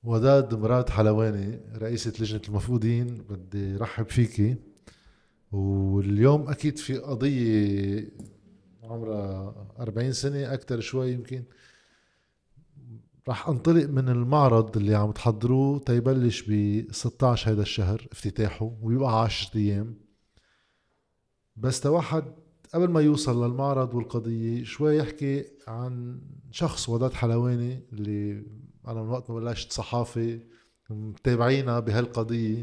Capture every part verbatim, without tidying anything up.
وداد مراد حلواني رئيسة لجنة المفقودين، بدي رحب فيكي. واليوم أكيد في قضية عمرها أربعين سنة أكتر شوي يمكن. رح أنطلق من المعرض اللي عم تحضروه تيبلش ب ستة عشر هذا الشهر افتتاحه ويبقى عشرة أيام. بس توحد قبل ما يوصل للمعرض والقضية شوي يحكي عن شخص وداد حلواني اللي أنا من وقت ما بلشت صحافة متابعينا بهالقضية،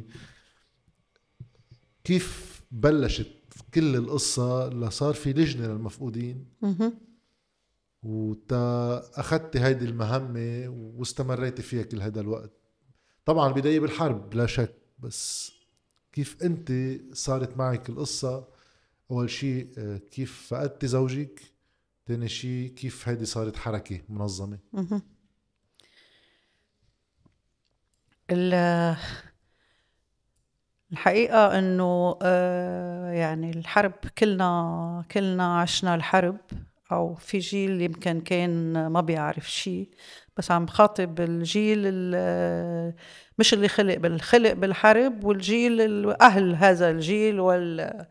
كيف بلشت كل القصة لصار في لجنة للمفقودين وتا أخذت هيدي المهمة واستمريت فيها كل هذا الوقت. طبعا بداية بالحرب بلا شك، بس كيف أنت صارت معك القصة؟ أول شيء كيف فقدت زوجك؟ تاني شيء كيف هيدي صارت حركة منظمة؟ الحقيقة أنه يعني الحرب كلنا كلنا عشنا الحرب، أو في جيل يمكن كان ما بيعرف شيء، بس عم بخاطب الجيل مش اللي خلق بالخلق بالحرب، والجيل أهل هذا الجيل وال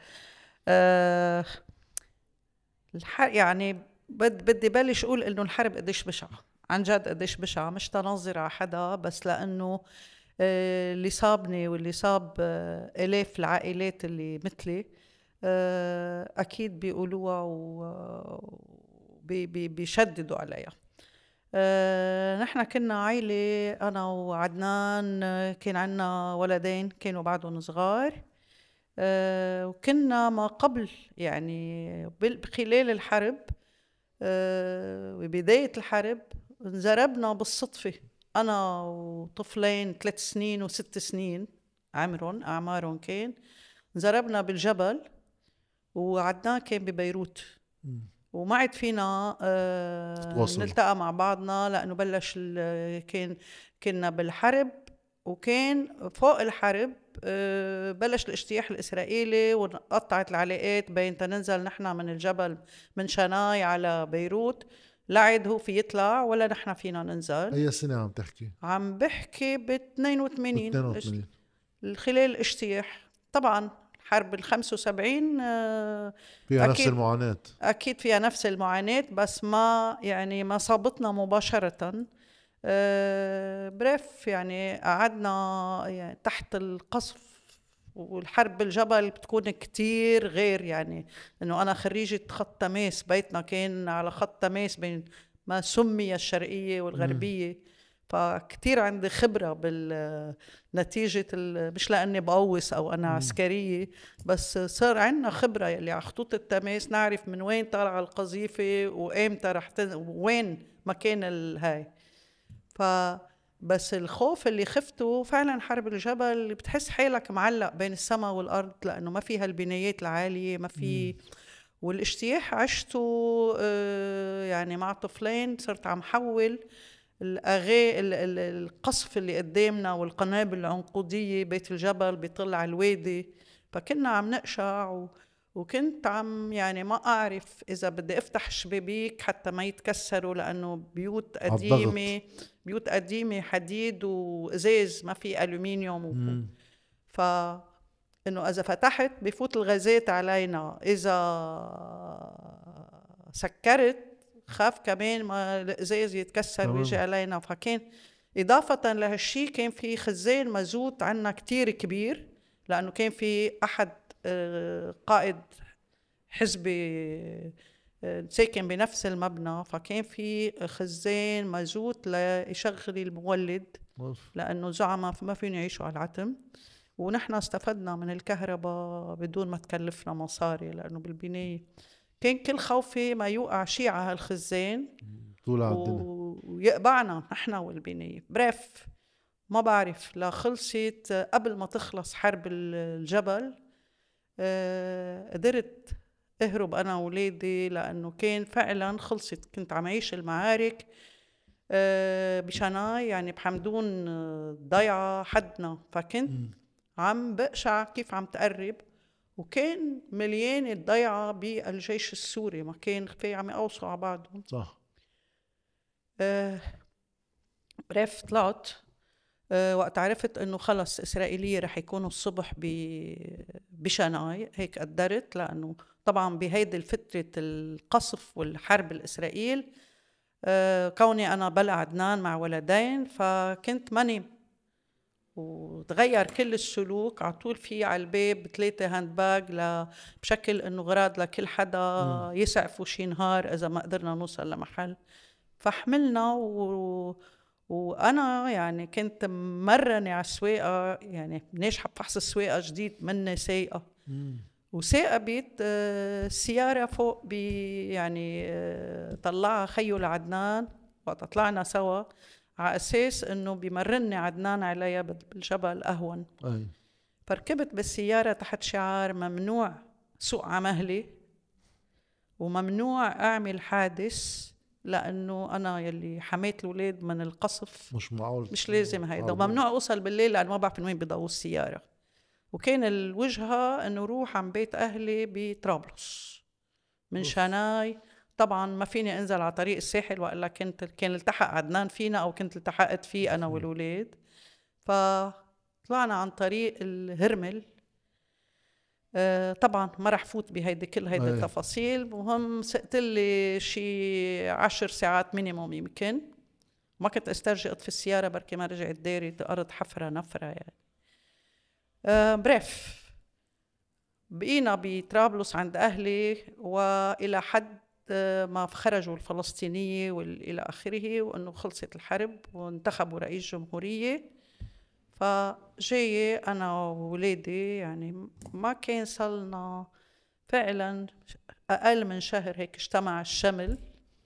يعني بدي بلش أقول إنه الحرب قديش بشعة، عن جد قديش بشعة، مش تنظر على حدا، بس لأنه اللي صابني واللي صاب آلاف العائلات اللي مثلي أكيد بيقولوها وبيشددوا عليها. نحن كنا عائلة، أنا وعدنان كان عنا ولدين كانوا بعدهم صغار، وكنا ما قبل يعني خلال الحرب وبداية الحرب انزربنا بالصدفة، أنا وطفلين ثلاث سنين وست سنين عمرهم أعمارهم كان، انزربنا بالجبل وعدنان كان ببيروت، وما عاد فينا آه نلتقى مع بعضنا لأنه بلش كان كنا بالحرب، وكان فوق الحرب آه بلش الاجتياح الإسرائيلي وقطعت العلاقات بين تننزل نحن من الجبل من شناي على بيروت، لا عاد هو في يطلع ولا نحن فينا ننزل. أي سنة عم تحكي؟ عم بحكي ب اثنين وثمانين خلال الاجتياح. طبعا حرب الخمسة وسبعين فيها نفس المعاناة، أكيد فيها نفس المعاناة، بس ما يعني ما صابتنا مباشرة. أه بريف يعني قعدنا يعني تحت القصف، والحرب بالجبل بتكون كتير غير، يعني إنه أنا خريجة خط تماس، بيتنا كان على خط تماس بين ما سمي الشرقية والغربية، م. فكتير عندي خبرة بالنتيجة، مش لأني بقوس أو أنا م. عسكرية، بس صار عندنا خبرة يلي على خطوط التماس نعرف من وين طالعة القذيفة وإمتى رح تن... وين مكان الهاي. ف بس الخوف اللي خفته فعلا حرب الجبل، اللي بتحس حالك معلق بين السماء والأرض لأنه ما فيها البنايات العالية، ما في م. والاجتياح عشته آه يعني مع طفلين، صرت عم حول الأغاء القصف اللي قدامنا والقنابل العنقودية، بيت الجبل بيطلع الوادي، فكنا عم نقشع و... وكنت عم يعني ما أعرف إذا بدي أفتح الشبابيك حتى ما يتكسروا، لأنه بيوت قديمة بيوت قديمة حديد وإزاز ما في ألومنيوم و... ف إنه إذا فتحت بفوت الغازات علينا، إذا سكرت خاف كمان ما الإزاز يتكسر ويجي علينا. فكان إضافة لهالشي كان في خزان مازوت عنا كتير كبير، لأنه كان في أحد قائد حزبي ساكن بنفس المبنى، فكان في خزان مازوت ليشغل المولد لأنه زعماء ما فيهم يعيشوا على العتم، ونحن استفدنا من الكهرباء بدون ما تكلفنا مصاري، لأنه بالبناية كان كل خوفي ما يوقع شيء على هالخزان ويقبعنا نحن والبناية. بريف ما بعرف لا خلصت قبل ما تخلص حرب الجبل أه قدرت اهرب انا وولادي، لانه كان فعلا خلصت، كنت عم عيش المعارك أه بشناي يعني بحمدون ضيعة حدنا، فكنت م. عم بقشع كيف عم تقرب، وكان مليان الضيعة بالجيش السوري، ما كان في عم يقوصوا على بعضهم. صح. أه بريف طلعت أه وقت عرفت انه خلص اسرائيليه رح يكونوا الصبح بشناي، هيك قدرت، لانه طبعا بهيدي الفتره القصف والحرب الاسرائيل أه كوني انا بلا عدنان مع ولدين فكنت ماني، وتغير كل السلوك على طول في على الباب ثلاثة هاند باج ل... بشكل انه غراض لكل حدا مم. يسعفوا شي نهار اذا ما قدرنا نوصل لمحل. فحملنا و... وانا يعني كنت مرني على السواقه، يعني ناجحه بفحص السواقه جديد مني سايقه، وثاقبت آه، السياره فوق بي يعني آه، طلعها خيو لعدنان وقت طلعنا سوا، على اساس انه بيمرني عدنان عليها بالجبل اهون. أي. فركبت بالسياره تحت شعار ممنوع سوق على مهلي وممنوع اعمل حادث، لانه انا يلي حميت الاولاد من القصف مش معقول مش لازم هيدا، وممنوع اوصل بالليل لانه ما بعرف وين بضوي السياره. وكان الوجهه انه روح عن بيت اهلي بطرابلس من أوف. شناي طبعا ما فيني انزل على طريق الساحل، والا كنت كان التحق عدنان فينا او كنت التحقت فيه انا والولاد. فطلعنا عن طريق الهرمل. آه طبعا ما رح فوت بهيدي كل هيدي التفاصيل. مهم سقت لي شي عشر ساعات مينيموم يمكن، ما كنت استرجي اطفي السياره بركي ما رجعت داري ارض حفره نفره يعني. آه بريف بقينا بطرابلس عند اهلي، والى حد ما خرجوا الفلسطينيه والى اخره، وانه خلصت الحرب وانتخبوا رئيس جمهوريه. فجاية أنا وولادي يعني ما كان صلنا فعلا أقل من شهر هيك اجتمع الشمل،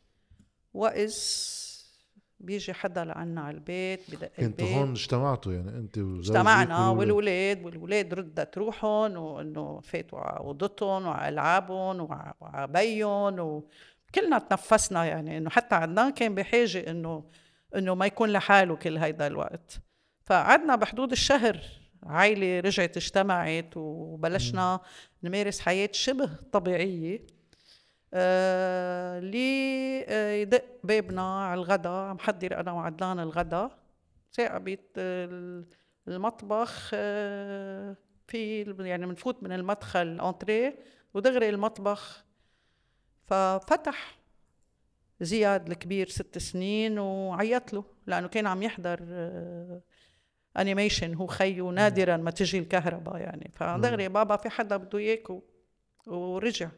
وإذ بيجي حدا لعنا على البيت بدق البيت. كنتوا هون اجتمعتوا يعني أنت وزوجك؟ اجتمعنا والولاد والولاد ردت روحهم، وإنه فاتوا على أوضتهم وعلى ألعابهم وعلى بيهم، وكلنا تنفسنا يعني، إنه حتى عدنان كان بحاجة إنه إنه ما يكون لحاله كل هيدا الوقت. فقعدنا بحدود الشهر عائلة رجعت اجتمعت وبلشنا م. نمارس حياة شبه طبيعية. آه لي آه يدق بابنا على الغداء، محضر أنا وعدنان الغداء، ثاقبت آه المطبخ آه في يعني منفوت من المدخل انتريه ودغري المطبخ. ففتح زياد الكبير ست سنين وعيط له لأنه كان عم يحضر آه انيميشن هو خيو، نادرا ما تجي الكهرباء يعني. فدغري بابا في حدا بده اياك، ورجع.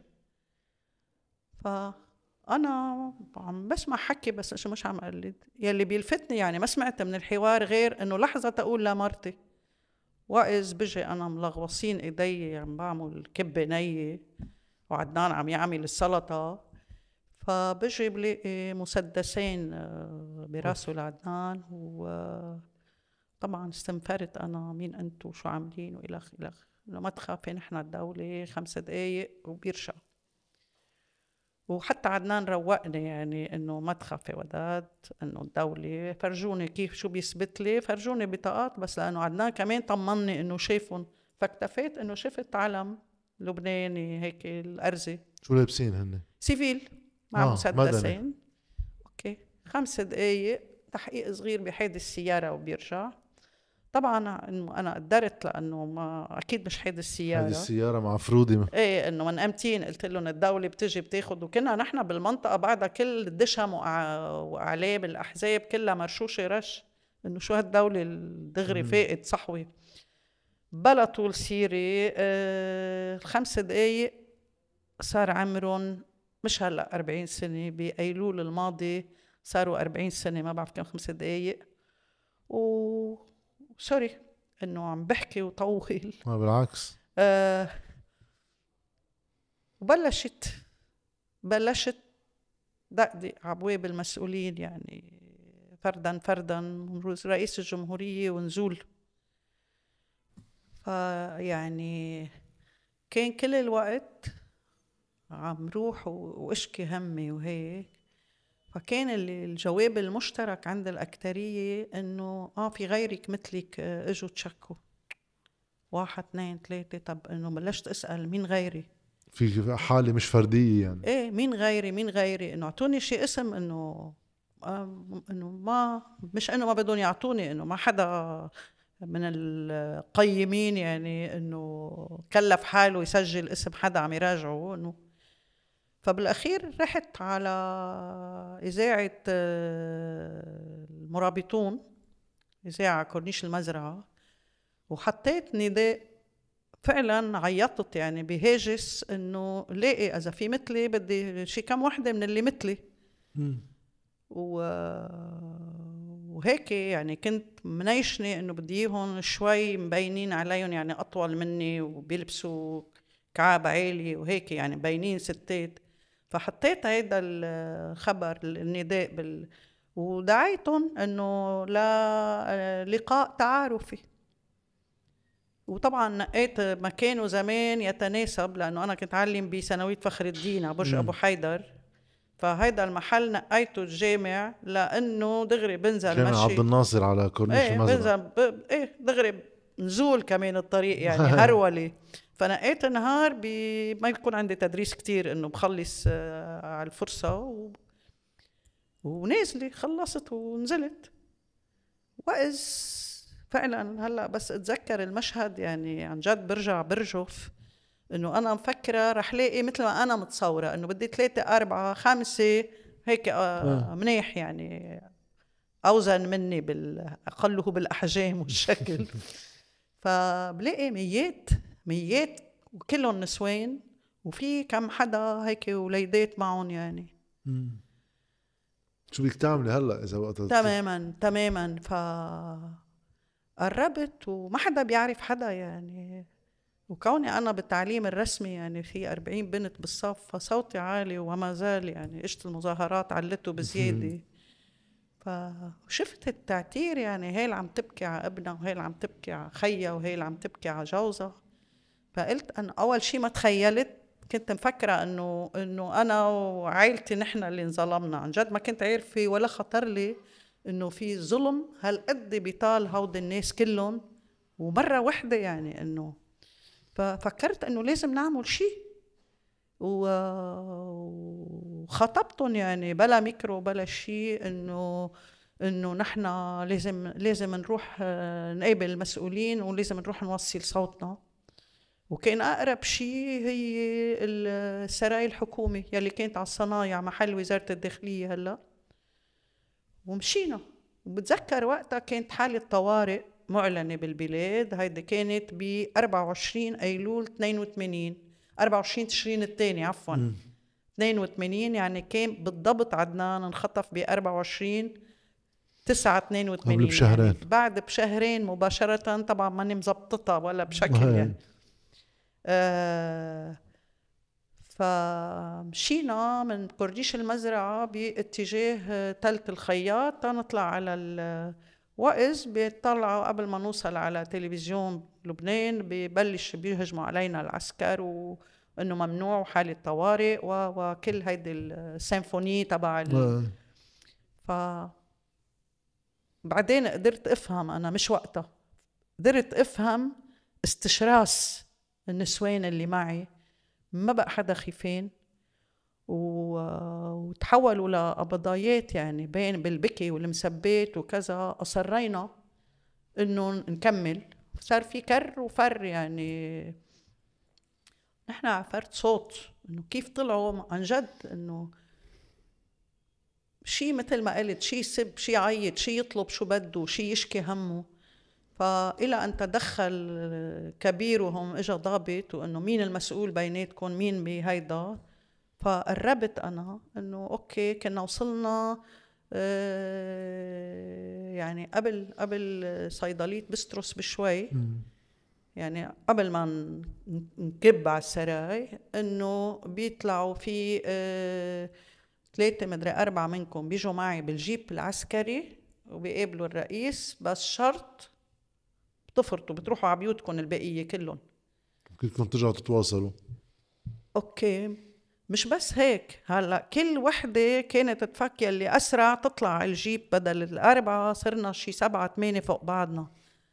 فانا عم بسمع حكي بس شو مش عم اقلد. يلي بيلفتني يعني ما سمعت من الحوار غير انه لحظه تقول لمرتي، واذ بجي انا ملغوصين ايدي عم بعمل كبه نيه وعدنان عم يعمل السلطه، فبجي بلاقي مسدسين براسه لعدنان، و طبعا استنفرت انا مين انتو شو عاملين والخ الخ، انه ما تخافي نحن الدوله خمس دقايق وبيرشع. وحتى عدنان روقني يعني انه ما تخافي وداد، انه الدوله فرجوني كيف شو بيثبت لي، فرجوني بطاقات بس، لانه عدنان كمان طمني انه شايفهم. فاكتفيت انه شفت علم لبناني هيك الارزي. شو لابسين هن؟ سيفيل مع آه مسدسين. مدني. اوكي خمس دقايق تحقيق صغير بحيد السياره وبيرجع. طبعا انه انا قدرت لانه ما اكيد مش حيد السياره، هذه السياره معفروده. ايه انه من امتين قلت لهم الدوله بتجي بتاخذ، وكنا نحن بالمنطقه بعدها كل الدشم واعلام الاحزاب كلها مرشوشه رش، انه شو هالدوله الدغري فائت صحوه. بلا طول سيري آه الخمس دقايق صار عمرهم مش هلا أربعين سنه، بايلول الماضي صاروا أربعين سنه، ما بعرف كم خمس دقايق. و سوري انه عم بحكي وطول. ما بالعكس. آه وبلشت بلشت دقدق عبواب المسؤولين يعني فردا فردا، رئيس الجمهورية ونزول. فيعني كان كل الوقت عم روح واشكي همي وهيك. فكان الجواب المشترك عند الأكترية إنه آه في غيرك مثلك إجوا تشكوا واحد اثنين ثلاثة. طب إنه بلشت أسأل مين غيري؟ في حالة مش فردية يعني. إيه مين غيري مين غيري؟ إنه أعطوني شيء اسم إنه انه ما مش انه ما بدهم يعطوني، انه ما حدا من القيمين يعني انه كلف حاله يسجل اسم حدا عم يراجعه. انه فبالاخير رحت على اذاعه المرابطون، اذاعه كورنيش المزرعه، وحطيت نداء. فعلا عيطت يعني بهاجس انه لاقي اذا في مثلي بدي شي كم وحده من اللي مثلي. و... وهيك يعني كنت منيشني انه بدي اياهم شوي مبينين عليهم، يعني اطول مني وبيلبسوا كعاب عالي وهيك يعني مبينين ستات. فحطيت هيدا الخبر النداء بال... ودعيتهم انه للقاء تعارفي. وطبعا نقيت مكانه زمان يتناسب، لانه انا كنت علم بثانويه فخر الدين على برج ابو حيدر، فهيدا المحل نقيته الجامع لانه دغري بنزل جامع مشي عبد الناصر على كورنيش ايه المزرعه. بنزل ب... ايه دغري نزول كمان الطريق يعني هرولي. فنقيت نهار بي... ما يكون عندي تدريس كتير، انه بخلص آه على الفرصه و... ونازله خلصت ونزلت. وإذ فعلا هلا بس اتذكر المشهد يعني عن جد برجع برجف، انه انا مفكره رح لاقي مثل ما انا متصوره انه بدي ثلاثة أربعة خمسة هيك آه منيح يعني اوزن مني بالاقله بالاحجام والشكل. فبلاقي ميات ميات وكلهم نسوان، وفي كم حدا هيك وليدات معهم يعني. مم. شو بدك تعملي هلا اذا وقت تماما تماما. ف قربت وما حدا بيعرف حدا يعني، وكوني أنا بالتعليم الرسمي يعني في أربعين بنت بالصف، فصوتي عالي وما زال يعني إجت المظاهرات علته بزيادة. فشفت التعتير يعني، هي اللي عم تبكي على ابنها، وهي اللي عم تبكي على خيها، وهي اللي عم تبكي على جوزها. فقلت أنا أول شي ما تخيلت، كنت مفكرة إنه إنه أنا وعائلتي نحن اللي انظلمنا. عن جد ما كنت عارفة ولا خطر لي إنه في ظلم هالقد بيطال هود الناس كلهم ومرة وحدة يعني. إنه ففكرت إنه لازم نعمل شيء، وخطبتهم يعني بلا ميكرو بلا شيء، إنه إنه نحن لازم لازم نروح نقابل المسؤولين، ولازم نروح نوصل صوتنا. وكان أقرب شيء هي السراي الحكومي يلي كانت على الصنايع محل وزارة الداخلية هلا. ومشينا. وبتذكر وقتها كانت حالة طوارئ معلنة بالبلاد، هيدي كانت ب أربعة وعشرين أيلول اثنين وثمانين، أربعة وعشرين تشرين الثاني عفوا م. اثنين وثمانين، يعني كان بالضبط عدنان انخطف ب أربعة وعشرين تسعة اثنين وثمانين، بشهرين. يعني بعد بشهرين مباشرة. طبعا ماني مزبطتها ولا بشكل يعني. آه فمشينا من كورنيش المزرعة باتجاه تلت الخياط تنطلع على الوئز. بيطلعوا قبل ما نوصل على تلفزيون لبنان ببلش بيهجموا علينا العسكر، وإنه ممنوع وحالة طوارئ وكل هيدي السيمفوني تبع ال... ف بعدين قدرت أفهم أنا، مش وقتها قدرت أفهم استشراس النسوان اللي معي، ما بقى حدا خيفين، وتحولوا لقبضايات يعني بين بالبكي والمسبات وكذا. أصرينا إنه نكمل، صار في كر وفر يعني. نحن عفرت صوت إنه كيف طلعوا عن جد، إنه شي مثل ما قلت، شي يسب، شي يعيط، شي يطلب شو بده، شي يشكي همه. فإلى أن تدخل كبيرهم إجا ضابط، وإنه مين المسؤول بيناتكم، مين بهيدا. فقربت أنا إنه أوكي كنا وصلنا يعني قبل قبل صيدلية بستروس بشوي، يعني قبل ما نكب على السراي، إنه بيطلعوا في ثلاثة مدري أربعة منكم بيجوا معي بالجيب العسكري وبيقابلوا الرئيس، بس شرط بتفرطوا بتروحوا على بيوتكم البقية كلهم، كلكم ترجعوا تتواصلوا. اوكي مش بس هيك، هلا كل وحدة كانت تفكر اللي أسرع تطلع على الجيب، بدل الأربعة صرنا شي سبعة ثمانية فوق بعضنا.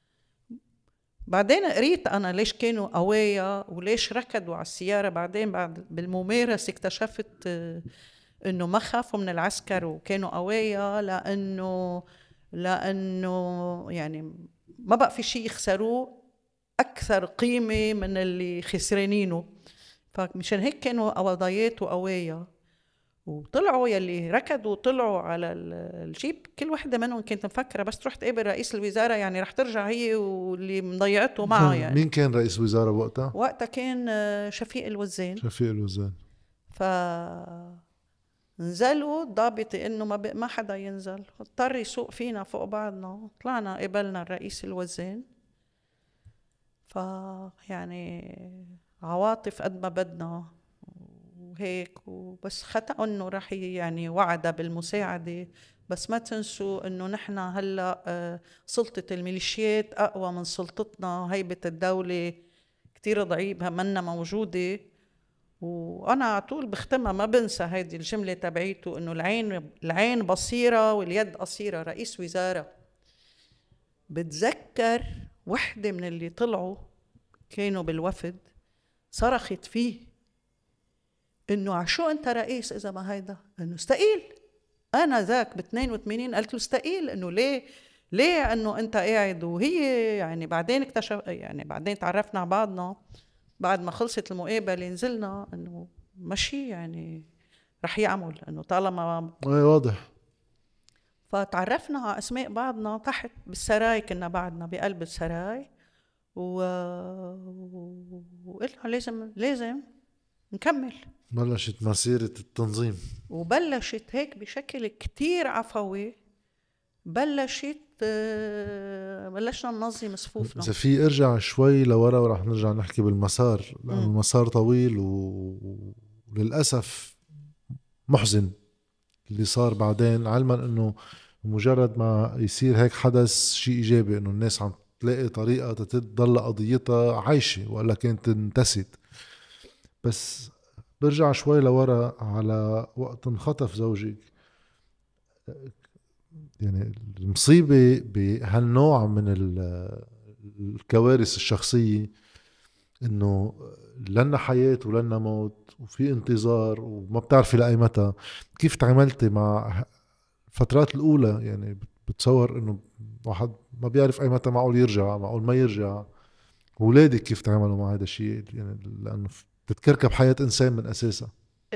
بعدين قريت أنا ليش كانوا قوايا وليش ركضوا على السيارة. بعدين بعد بالممارسة اكتشفت انه ما خافوا من العسكر وكانوا قوية، لانه لانه يعني ما بقى في شيء يخسروه اكثر قيمة من اللي خسرانينه. فمشان هيك كانوا قضايات وقوية، وطلعوا يلي ركضوا طلعوا على الجيب. كل وحدة منهم كانت مفكرة بس تروح تقابل رئيس الوزراء يعني رح ترجع هي واللي مضيعته معها. يعني مين كان رئيس وزراء وقتها؟ وقتها كان شفيق الوزان. شفيق الوزان. ف نزلوا ضابط انه ما, ما حدا ينزل، اضطر يسوق فينا فوق بعضنا. طلعنا قبلنا الرئيس الوزان. ف يعني عواطف قد ما بدنا وهيك، وبس خطأ انه راح يعني وعد بالمساعدة. بس ما تنسوا انه نحن هلا سلطة الميليشيات اقوى من سلطتنا، هيبة الدولة كتير ضعيفة منا موجودة. وانا على طول بختمها، ما بنسى هيدي الجملة تبعيته انه العين العين بصيرة واليد قصيرة. رئيس وزارة بتذكر وحدة من اللي طلعوا كانوا بالوفد صرخت فيه انه عشو انت رئيس اذا ما هيدا، انه استقيل. انا ذاك ب اثنين وثمانين قلت له استقيل، انه ليه ليه انه انت قاعد. وهي يعني بعدين اكتشف، يعني بعدين تعرفنا على بعضنا بعد ما خلصت المقابله، نزلنا انه ماشي يعني رح يعمل انه طالما اي واضح. فتعرفنا على اسماء بعضنا تحت بالسراي، كنا بعدنا بقلب السراي و... وقلنا لازم لازم نكمل. بلشت مسيرة التنظيم، وبلشت هيك بشكل كتير عفوي. بلشت بلشنا ننظم صفوفنا. إذا في ارجع شوي لورا ورح نرجع نحكي بالمسار، لأنه المسار طويل و... وللأسف محزن اللي صار بعدين، علما أنه مجرد ما يصير هيك حدث شيء إيجابي، أنه الناس عم تلاقي طريقة تضل قضيتها عايشة ولا كانت انتست. بس برجع شوي لورا على وقت انخطف زوجك. يعني المصيبة بهالنوع من الكوارث الشخصية انه لنا حياة ولنا موت وفي انتظار وما بتعرفي لأي متى. كيف تعاملتي مع الفترات الأولى؟ يعني بتصور انه واحد ما بيعرف أي متى معقول يرجع معقول ما يرجع. وولادك كيف تعاملوا مع هذا الشيء؟ يعني لأنه بتتكركب حياة إنسان من أساسها.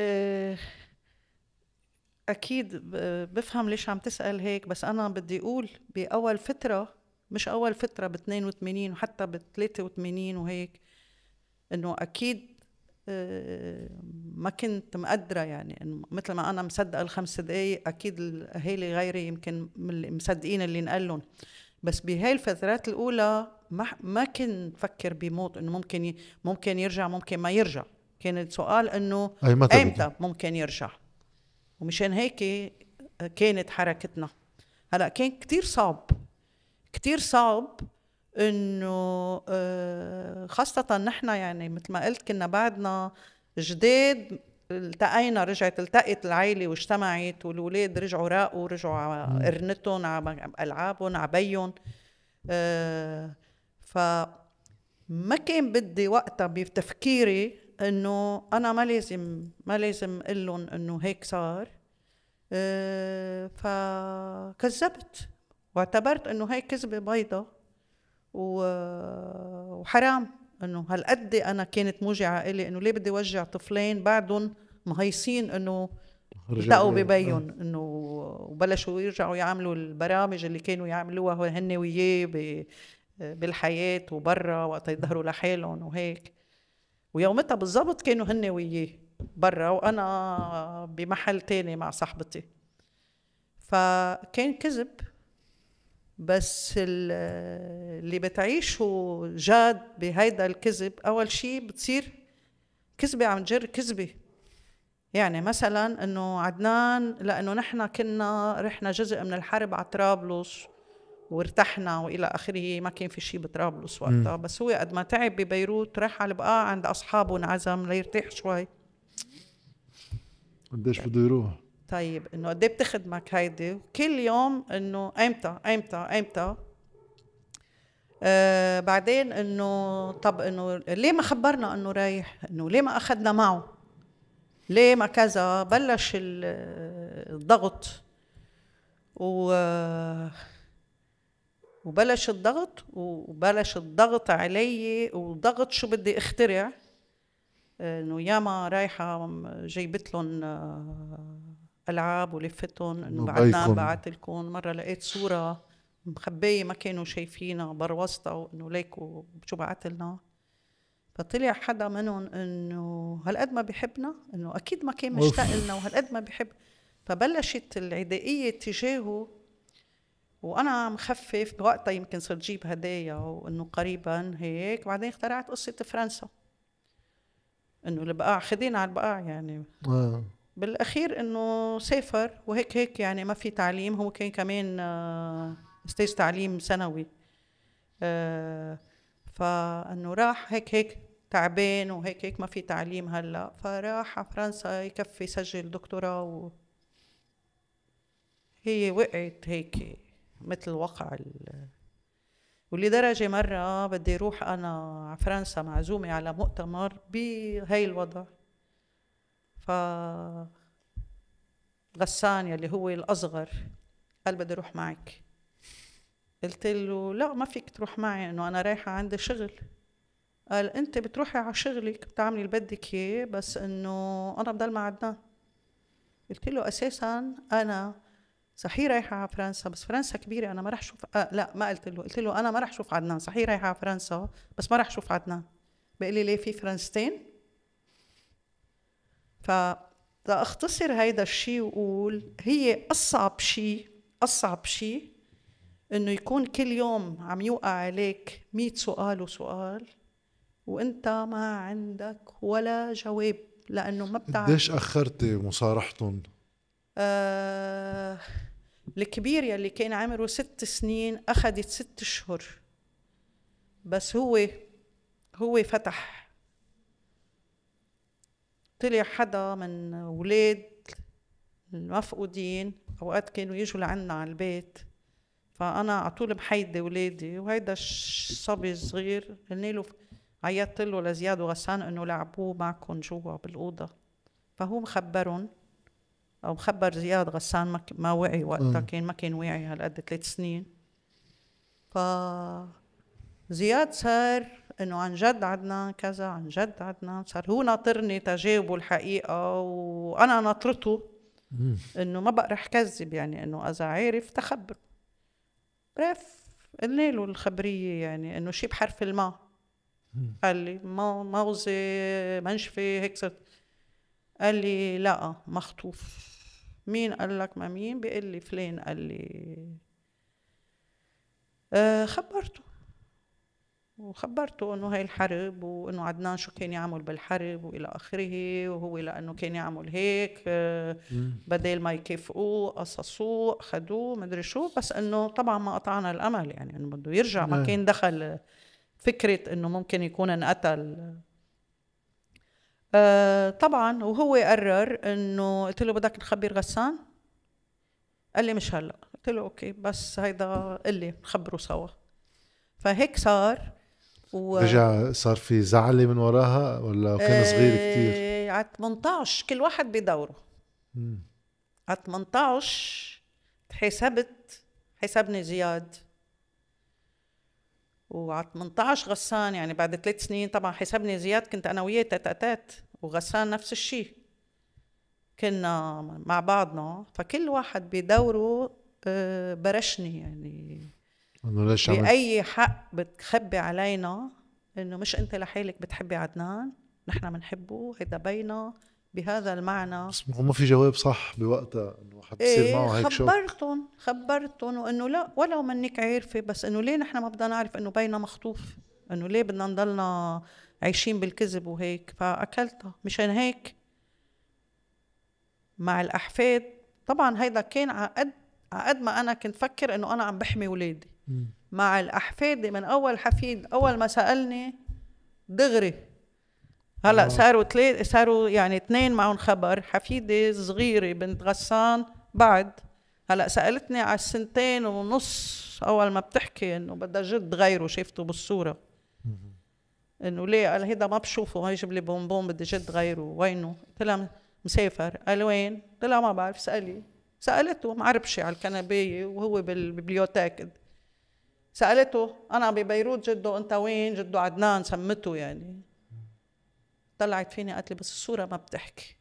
أكيد بفهم ليش عم تسأل هيك، بس أنا بدي أقول بأول فترة، مش أول فترة ب اثنين وثمانين وحتى ب ثلاثة وثمانين وهيك، إنه أكيد ما كنت مقدرة. يعني إنه مثل ما أنا مصدقة الخمس دقايق، أكيد الأهالي غيري يمكن مصدقين اللي نقلهم. بس بهاي الفترات الأولى ما ما كنت فكر بموت، إنه ممكن ي... ممكن يرجع ممكن ما يرجع. كان السؤال إنه إمتى ممكن يرجع. ومشان هيك كانت حركتنا. هلأ كان كتير صعب كتير صعب إنه خاصة نحن يعني مثل ما قلت كنا بعدنا جداد، التقينا رجعت التقت العائلة واجتمعت، والولاد رجعوا راقوا رجعوا على قرنتهم على ألعابهم على بيهم. فما كان بدي وقتها بتفكيري إنه أنا ما لازم ما لازم أقلن إنه هيك صار. أه فكذبت واعتبرت إنه هيك كذبة بيضة وحرام. إنه هالقد أنا كانت موجعة إلي إنه ليه بدي وجع طفلين بعدهم مهيصين إنه التقوا ببيهم، إنه وبلشوا يرجعوا يعملوا البرامج اللي كانوا يعملوها هن وياه بالحياة وبرا وقت يظهروا لحالهم وهيك. ويومتها بالضبط كانوا هن وياه برا وأنا بمحل تاني مع صاحبتي. فكان كذب. بس اللي بتعيشه جاد بهيدا الكذب، أول شي بتصير كذبة عم تجر كذبة. يعني مثلا إنه عدنان، لأنه نحن كنا رحنا جزء من الحرب على طرابلس وارتحنا وإلى آخره، ما كان في شيء بطرابلس وقتها. بس هو قد ما تعب ببيروت راح على بقى عند أصحابه انعزم ليرتاح شوي. قديش بده يروح؟ طيب إنه قديه بتخدمك هيدي كل يوم، إنه أمتى أمتى أمتى آه بعدين إنه طب إنه ليه ما خبرنا إنه رايح، إنه ليه ما أخذنا معه، ليه ما كذا. بلش الضغط و وبلش الضغط وبلش الضغط علي، وضغط شو بدي اخترع، انه ياما رايحه جايبت لهم العاب ولفتهم انه بعدنا بعت لكم. مره لقيت صوره مخبيه ما كانوا شايفينها بروسطه، وانه ليكوا شو بعت لنا. فطلع حدا منهم انه هالقد ما بيحبنا، انه اكيد ما كان مشتاق لنا وهالقد ما بيحب. فبلشت العدائيه تجاهه، وانا مخفف بوقتها، يمكن صرت جيب هدايا وانه قريبا هيك. بعدين اخترعت قصه فرنسا، انه البقاع خدينا على البقاع يعني. آه. بالاخير انه سافر وهيك هيك يعني ما في تعليم. هو كان كمان استاذ تعليم ثانوي، آه فانه راح هيك هيك تعبان وهيك هيك ما في تعليم هلا، فراح على فرنسا يكفي يسجل دكتوراه. و هي وقعت هيك مثل وقع ال... ولدرجة مرة بدي روح أنا على فرنسا معزومة على مؤتمر بهاي الوضع. ف غسان يلي هو الأصغر قال بدي روح معك. قلت له لا ما فيك تروح معي، إنه أنا رايحة عندي شغل. قال أنت بتروحي على شغلك بتعملي اللي بدك إياه، بس إنه أنا بضل مع عدنان. قلت له أساساً أنا صحيح رايحة على فرنسا، بس فرنسا كبيرة أنا ما رح شوف. آه لا ما قلت له، قلت له أنا ما رح شوف عدنان. صحيح رايحة على فرنسا بس ما رح شوف عدنان. بقول لي ليه؟ في فرنستين. فأختصر هيدا الشيء وقول هي أصعب شيء أصعب شيء إنه يكون كل يوم عم يوقع عليك مية سؤال وسؤال وإنت ما عندك ولا جواب، لأنه ما بتعرف. قديش أخرتي مصارحتهم؟ آه الكبير يلي كان عمره ست سنين أخذت ست أشهر، بس هو هو فتح. طلع حدا من أولاد المفقودين، أوقات كانوا يجوا لعنا على البيت، فأنا عطول محيدة أولادي، وهيدا الصبي صغير قلنا له، عيطت له لزياد وغسان إنه لعبوه معكم جوا بالأوضة. فهو مخبرهم أو مخبر زياد غسان، ما, ما وعي وقتها، كان ما كان واعي هالقد ثلاث سنين. ف زياد صار إنه عن جد عدنان كذا، عن جد عدنان. صار هو ناطرني تجاوبه الحقيقة، وأنا ناطرته إنه ما بقى رح كذب، يعني إنه إذا عارف تخبر. بريف قلنا له الخبرية، يعني إنه شي بحرف الماء. قال لي ما موزة منشفة هيك صرت. قال لي لا مخطوف. مين قال لك؟ ما مين؟ بيقول لي فلان قال لي. أه خبرته وخبرته انه هاي الحرب، وانه عدنان شو كان يعمل بالحرب والى اخره، وهو لانه كان يعمل هيك أه بدل ما يكافئوه قصصوه اخذوه مدري شو. بس انه طبعا ما قطعنا الامل، يعني انه بده يرجع. ما كان دخل فكرة انه ممكن يكون انقتل. أه طبعا وهو قرر انه، قلت له بدك نخبر غسان؟ قال لي مش هلا. قلت له اوكي، بس هيدا قلي نخبره سوا. فهيك صار. و... رجع صار في زعلة من وراها ولا كان صغير كتير؟ على ثمنطعش كل واحد بدوره. على ثمنطعش حسبت حسبني زياد، وعلى ثمنطعش غسان. يعني بعد ثلاث سنين طبعا حسبني زياد، كنت انا وياه تاتات، وغسان نفس الشيء كنا مع بعضنا. فكل واحد بدوره برشني، يعني بأي حق بتخبي علينا إنه مش أنت لحالك بتحبي عدنان، نحن منحبه، هيدا بينا بهذا المعنى. بس ما في جواب صح بوقتها إنه حد يصير إيه معه هيك شوك. خبرتهم خبرتهم وإنه لا ولو منك عارفة، بس إنه ليه نحن ما بدنا نعرف إنه بينا مخطوف؟ إنه ليه بدنا نضلنا عايشين بالكذب وهيك؟ فأكلتها. مشان هيك مع الأحفاد طبعا هيدا كان عقد عقد ما أنا كنت فكر إنه أنا عم بحمي ولادي. م. مع الأحفاد من أول حفيد أول ما سألني دغري هلا آه. صاروا ثلاث صاروا يعني اثنين معهم خبر. حفيدة صغيرة بنت غسان بعد هلا سألتني على السنتين ونص أول ما بتحكي إنه بدها جد غيره، شفته بالصورة إنه ليه؟ قال هيدا ما بشوفه، هاي جيب لي بونبون بدي جد غيره. وينه؟ قلت لها مسافر. قال وين؟ قلت لها ما بعرف، اسألي. سألته معربشة على الكنباية وهو بالبليوتيك. سألته أنا ببيروت جده، أنت وين؟ جده عدنان سمته يعني. طلعت فيني قالت لي بس الصورة ما بتحكي.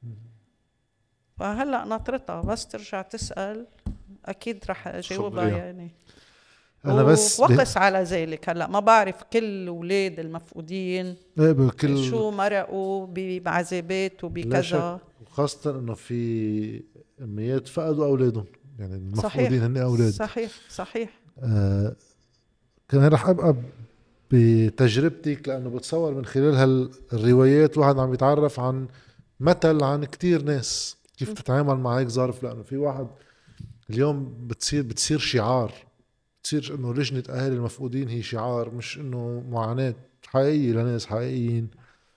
فهلأ ناطرتها بس ترجع تسأل أكيد رح أجاوبها يعني. أنا بس وقس ب... على ذلك. هلأ ما بعرف كل أولاد المفقودين بكل... شو مرقوا بعذابات وبكذا، وخاصة إنه في أميات فقدوا أولادهم، يعني المفقودين هن أولاد. صحيح صحيح. آه كان رح أبقى بتجربتك، لأنه بتصور من خلال هالروايات واحد عم يتعرف عن مثل عن كتير ناس كيف تتعامل مع هيك ظرف. لأنه في واحد اليوم بتصير بتصير شعار، بتصير إنه لجنة أهالي المفقودين هي شعار، مش إنه معاناة حقيقية لناس حقيقيين.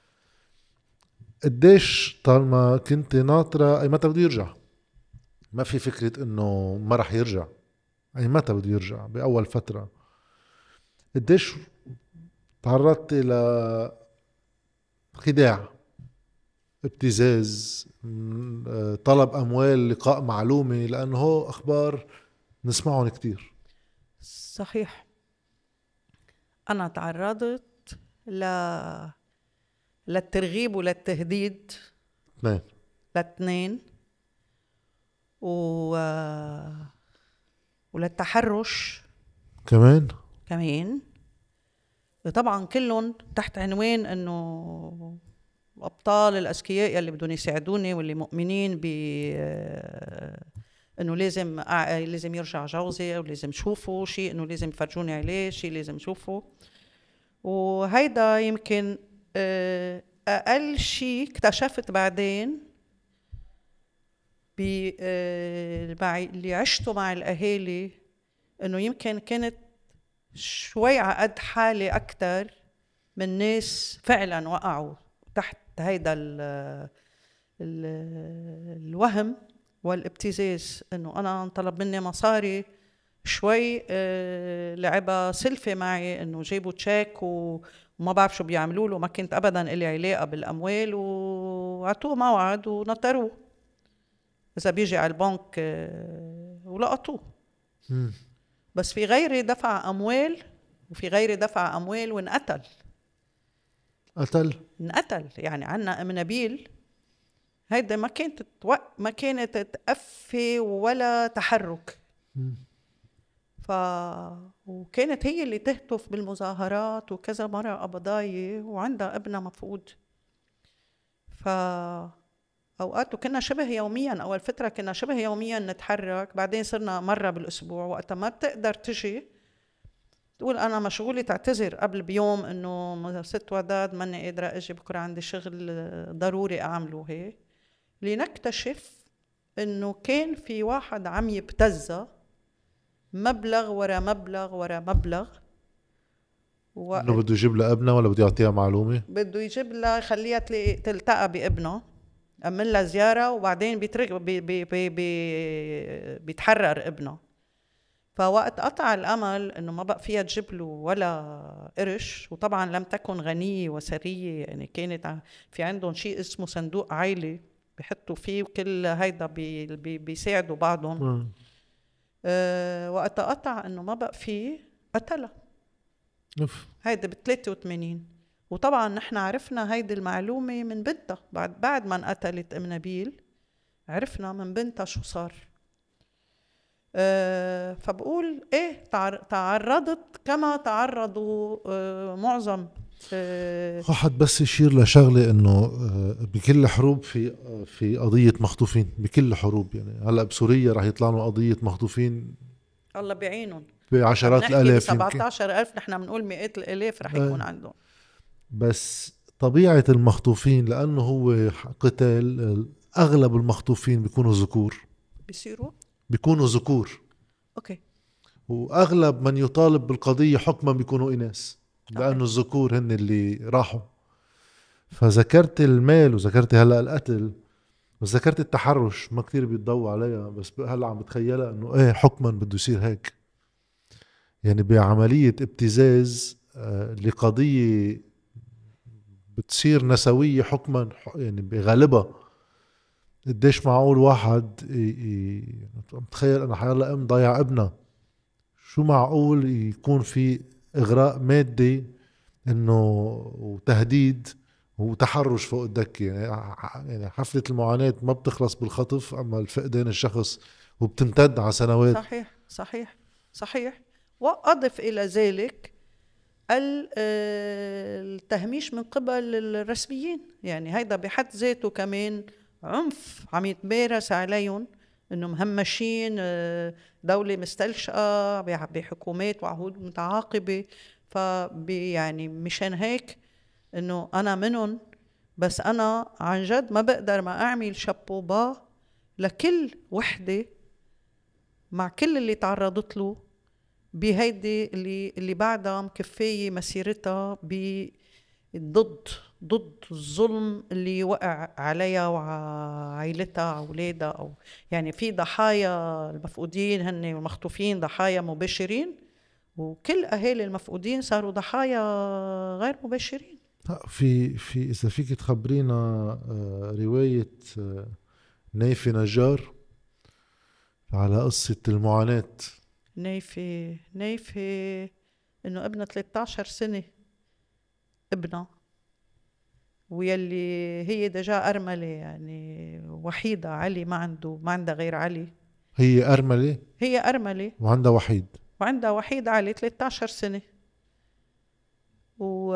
قديش طالما كنت ناطرة أي متى بده يرجع؟ ما في فكرة إنه ما رح يرجع، أي متى بده يرجع بأول فترة. قديش تعرضت إلى خداع، ابتزاز، طلب أموال، لقاء معلومة، لأنه هو أخبار نسمعهم كتير. صحيح. أنا تعرضت ل... للترغيب وللتهديد. اثنين لاثنين و... وللتحرش كمان كمان. طبعا كلهم تحت عنوان انه ابطال الاذكياء اللي بدهم يساعدوني واللي مؤمنين ب انه لازم أع... لازم يرجع جوزي او لازم شوفه شيء، انه لازم يفرجوني عليه شيء، لازم شوفه. وهيدا يمكن اقل شيء اكتشفت بعدين اللي عشته مع الاهالي، انه يمكن كانت شوي عقد حالي اكثر من ناس فعلا وقعوا تحت هيدا ال ال الوهم والابتزاز. انه انا طلب مني مصاري شوي، أه لعبة سلفة معي، انه جابوا تشيك وما بعرف شو بيعملوا له، ما كنت ابدا إلي علاقة بالاموال، وعطوه موعد ونطروه اذا بيجي على البنك أه ولقطوه. بس في غيري دفع اموال، وفي غيري دفع اموال وانقتل. قتل انقتل يعني. عنا ام نبيل هيدا ما كانت توق... ما كانت تقفي ولا تحرك. مم. ف وكانت هي اللي تهتف بالمظاهرات وكذا مرة قبضاية، وعندها ابنها مفقود. ف اوقات كنا شبه يوميا، اول فترة كنا شبه يوميا نتحرك، بعدين صرنا مرة بالاسبوع. وقتها ما بتقدر تجي تقول انا مشغولة، تعتذر قبل بيوم انه ست وداد ماني قادرة اجي بكرة عندي شغل ضروري اعمله. هيك لنكتشف انه كان في واحد عم يبتزها مبلغ ورا مبلغ ورا مبلغ. انه بده يجيب لها ابنها ولا بده يعطيها معلومة؟ بده يجيب لها، يخليها تلتقى بابنها، أعمل لها زيارة، وبعدين بيترك بي بي بي بي بيتحرر ابنها. فوقت قطع الأمل إنه ما بقى فيها تجيب له ولا قرش، وطبعا لم تكن غنية وثرية، يعني كانت في عندهم شيء اسمه صندوق عائلي بيحطوا فيه وكل هيدا بي بي بيساعدوا بعضهم. أه وقت قطع إنه ما بقى فيه قتلها. هيدا ب ثلاثة وثمانين. وطبعا نحن عرفنا هيدي المعلومة من بنتها بعد بعد ما انقتلت ام نبيل، عرفنا من بنتها شو صار. أه فبقول ايه تعرضت كما تعرضوا أه معظم أه واحد بس يشير لشغله، انه بكل حروب في في قضيه مخطوفين، بكل حروب. يعني هلا بسوريا راح يطلع لنا قضيه مخطوفين الله بيعينهم بعشرات الالاف، سبعة عشر ألف، نحن بنقول مئات الالاف رح يكون عندهم. بس طبيعه المخطوفين لانه هو قتال، اغلب المخطوفين بيكونوا ذكور، بيصيروا بيكونوا ذكور اوكي، واغلب من يطالب بالقضيه حكما بيكونوا اناث، لانه الذكور هن اللي راحوا. فذكرت المال وذكرت هلا القتل، بس ذكرت التحرش ما كتير بيتضوى عليها، بس هلا عم بتخيلها انه ايه حكما بده يصير هيك. يعني بعمليه ابتزاز آه لقضيه بتصير نسويه حكما، يعني بغالبها قديش معقول واحد ي... ي... متخيل أنا حيالله أم ضيع ابنها، شو معقول يكون في إغراء مادي إنه وتهديد وتحرش فوق الدكة؟ يعني يعني حفلة المعاناة ما بتخلص بالخطف، أما الفقدان الشخص وبتمتد على سنوات. صحيح صحيح صحيح. وأضف إلى ذلك التهميش من قبل الرسميين، يعني هيدا بحد ذاته كمان عنف عم يتمارس عليهم، انه مهمشين دولة مستلشقة بحكومات وعهود متعاقبة. فيعني مشان هيك انه انا منهم، بس انا عن جد ما بقدر ما اعمل شابوبا لكل وحدة مع كل اللي تعرضت له بهيدي اللي اللي بعدها مكفية مسيرتها ضد ضد الظلم اللي وقع عليها وعائلتها وأولادها. أو يعني في ضحايا المفقودين هن المخطوفين ضحايا مباشرين، وكل أهالي المفقودين صاروا ضحايا غير مباشرين. في في إذا فيك تخبرينا رواية نايفة نجار على قصة المعاناة. نايفة نايفة إنه ابنها ثلاثة عشر سنة، ابنها ويلي هي دجا أرملة، يعني وحيدة. علي ما عنده ما عندها غير علي. هي أرملة؟ هي أرملة وعندها وحيد وعندها وحيد علي ثلاثة عشر سنة. و...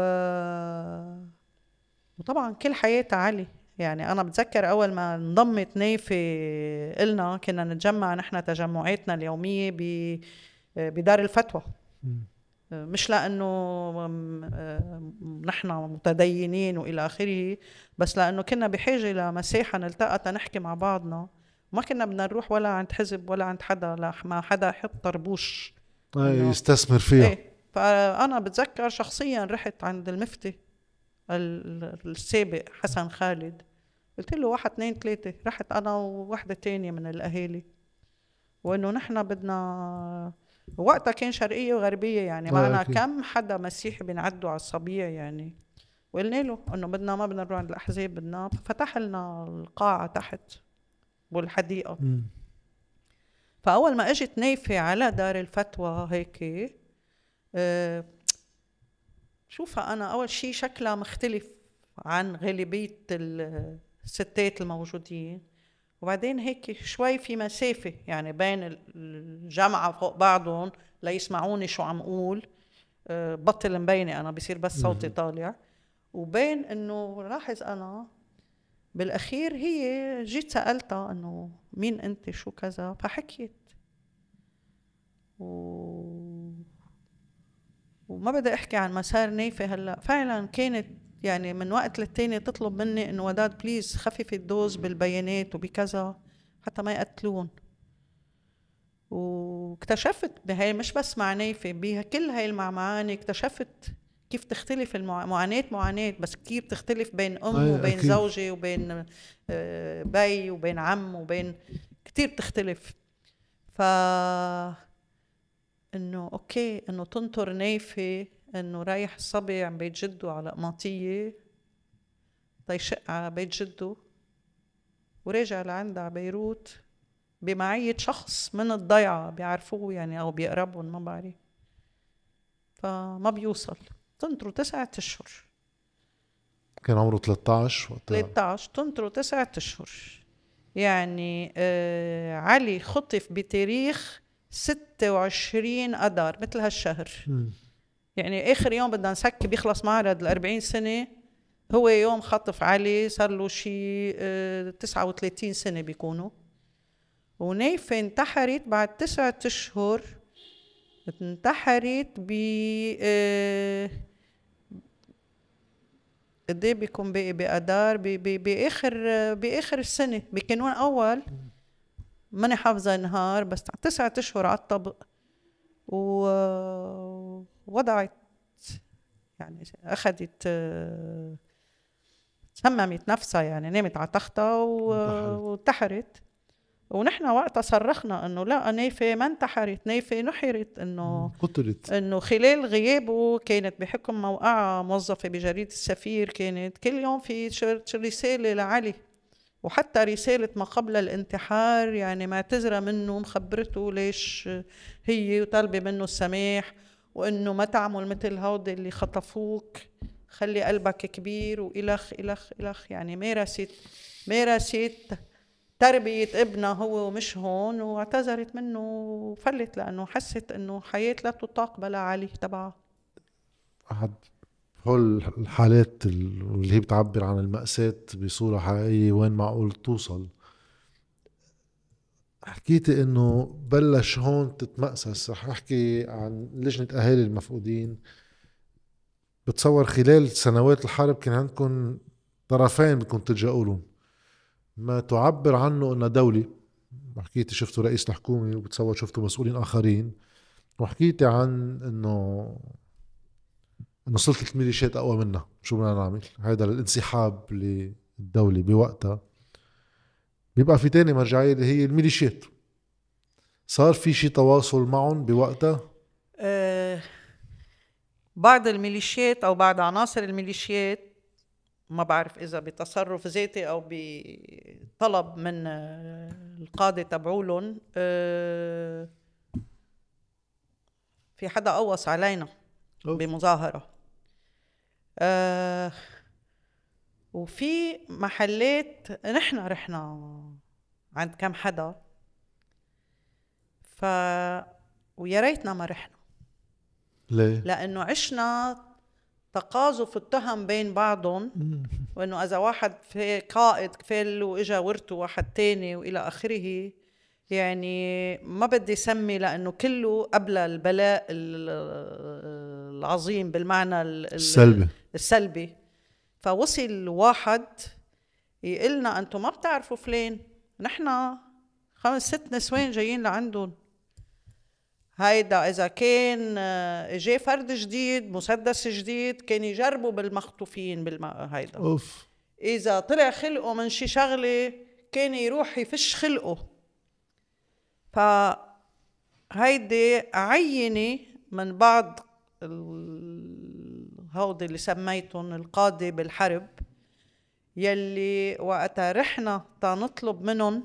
وطبعا كل حياتها علي. يعني أنا بتذكر أول ما انضمت نايفة إلنا كنا نتجمع نحن تجمعاتنا اليومية ب... بدار الفتوى، مش لأنه نحن متدينين وإلى آخره، بس لأنه كنا بحاجة لمساحة نلتقى نحكي مع بعضنا. ما كنا بدنا نروح ولا عند حزب ولا عند حدا، لا ما حدا يحط طربوش يستثمر فيها. ايه. فأنا بتذكر شخصيا رحت عند المفتي السابق حسن خالد، قلت له واحد اثنين ثلاثة، رحت أنا وواحدة تانية من الأهالي، وإنه نحن بدنا وقتها كان شرقية وغربية، يعني معنا كم حدا مسيحي بنعدوا على الصبيع يعني. وقلنا له إنه بدنا ما بدنا نروح عند الأحزاب، بدنا فتح لنا القاعة تحت والحديقة. م. فأول ما أجت نايفة على دار الفتوى هيك أه شوفها أنا أول شي شكلها مختلف عن غالبية الستات الموجودين، وبعدين هيك شوي في مسافة يعني بين الجامعة فوق بعضهم ليسمعوني شو عم قول، أه بطل مبينة أنا بصير بس صوتي طالع، وبين إنه لاحظ أنا بالأخير هي جيت سألتها إنه مين أنت شو كذا، فحكيت و... وما بدي أحكي عن مسار نايفة. هلأ فعلا كانت يعني من وقت للتاني تطلب مني إنه وداد بليز خفف الدوز بالبيانات وبكذا حتى ما يقتلون. واكتشفت بهاي مش بس مع نايفة، بها كل هاي المعاني اكتشفت كيف تختلف المعاناة معاناة، بس كيف تختلف بين أم وبين زوجي وبين بي وبين عم وبين كتير تختلف. ف إنه أوكي إنه تنطر نايفة إنه رايح الصبي عم بيت جده على قماطية تيشق على بيت جده وراجع لعندها على بيروت بمعية شخص من الضيعة بيعرفوه يعني أو بيقربون ما بعرف، فما بيوصل. تنطروا تسعة أشهر، كان عمره ثلاثة عشر وقتها. ثلاثة عشر تنطروا تسعة أشهر يعني. آه علي خطف بتاريخ ستة وعشرين أدار مثل هالشهر. م. يعني آخر يوم بدنا نسكي بيخلص معرض الأربعين سنة هو يوم خطف علي، صار له شي آه تسعة وثلاثين سنة بيكونوا. ونايفة انتحرت بعد تسعة أشهر، انتحرت ب آه قد ايه بيكون باقي بأدار باخر باخر السنه بكانون اول ماني حافظه نهار، بس تسعة اشهر على الطبق ووضعت يعني اخذت سممت نفسها يعني نامت على تختها وانتحرت. ونحن وقتها صرخنا انه لا نايفة ما انتحرت، نايفة نحرت، انه قتلت. انه خلال غيابه كانت بحكم موقعها موظفة بجريدة السفير، كانت كل يوم في رسالة لعلي وحتى رسالة ما قبل الانتحار يعني معتذرة منه، مخبرته ليش هي وطالبة منه السماح، وإنه ما تعمل مثل هودي اللي خطفوك، خلي قلبك كبير وإلخ إلخ إلخ. يعني مارست مارست تربية ابنها هو ومش هون، واعتذرت منه وفلت لأنه حست إنه حياة لا تطاق بلا علي تبعها. أحد هول الحالات اللي هي بتعبر عن المأساة بصورة حقيقية وين معقول توصل. حكيتي انه بلش هون تتمأسس، رح احكي عن لجنة اهالي المفقودين. بتصور خلال سنوات الحرب كان عندكم طرفين بدكم تلجأوا لهم، ما تعبر عنه انه دولي. حكيتي شفتوا رئيس الحكومة، وبتصور شفتوا مسؤولين اخرين، وحكيتي عن انه انه سلطة الميليشيات اقوى منا، شو بدنا نعمل؟ هذا الانسحاب للدولة بوقتها. بيبقى في تاني مرجعية اللي هي الميليشيات. صار في شي تواصل معهم بوقتها؟ أه بعض الميليشيات أو بعض عناصر الميليشيات، ما بعرف إذا بتصرف ذاتي أو بطلب من القادة تبعولن، أه في حدا قوص علينا أوف. بمظاهرة. أه وفي محلات نحن رحنا عند كم حدا، ف ويا ريتنا ما رحنا. ليه؟ لأنه عشنا تقاذف التهم بين بعضهم، وإنه إذا واحد في قائد كفل وإجا ورته واحد تاني وإلى آخره. يعني ما بدي سمي لأنه كله قبل البلاء العظيم بالمعنى السلبي السلبي. فوصل واحد يقلنا أنتم ما بتعرفوا فلان، نحنا خمس ست نسوين جايين لعندهم. هيدا إذا كان إجا فرد جديد مسدس جديد كان يجربوا بالمخطوفين بالم... هيدا أوف. إذا طلع خلقه من شي شغلة كان يروح يفش خلقه. فهيدي عيني من بعض هودي اللي سميتهم القادة بالحرب، يلي وقتا رحنا تا نطلب منهم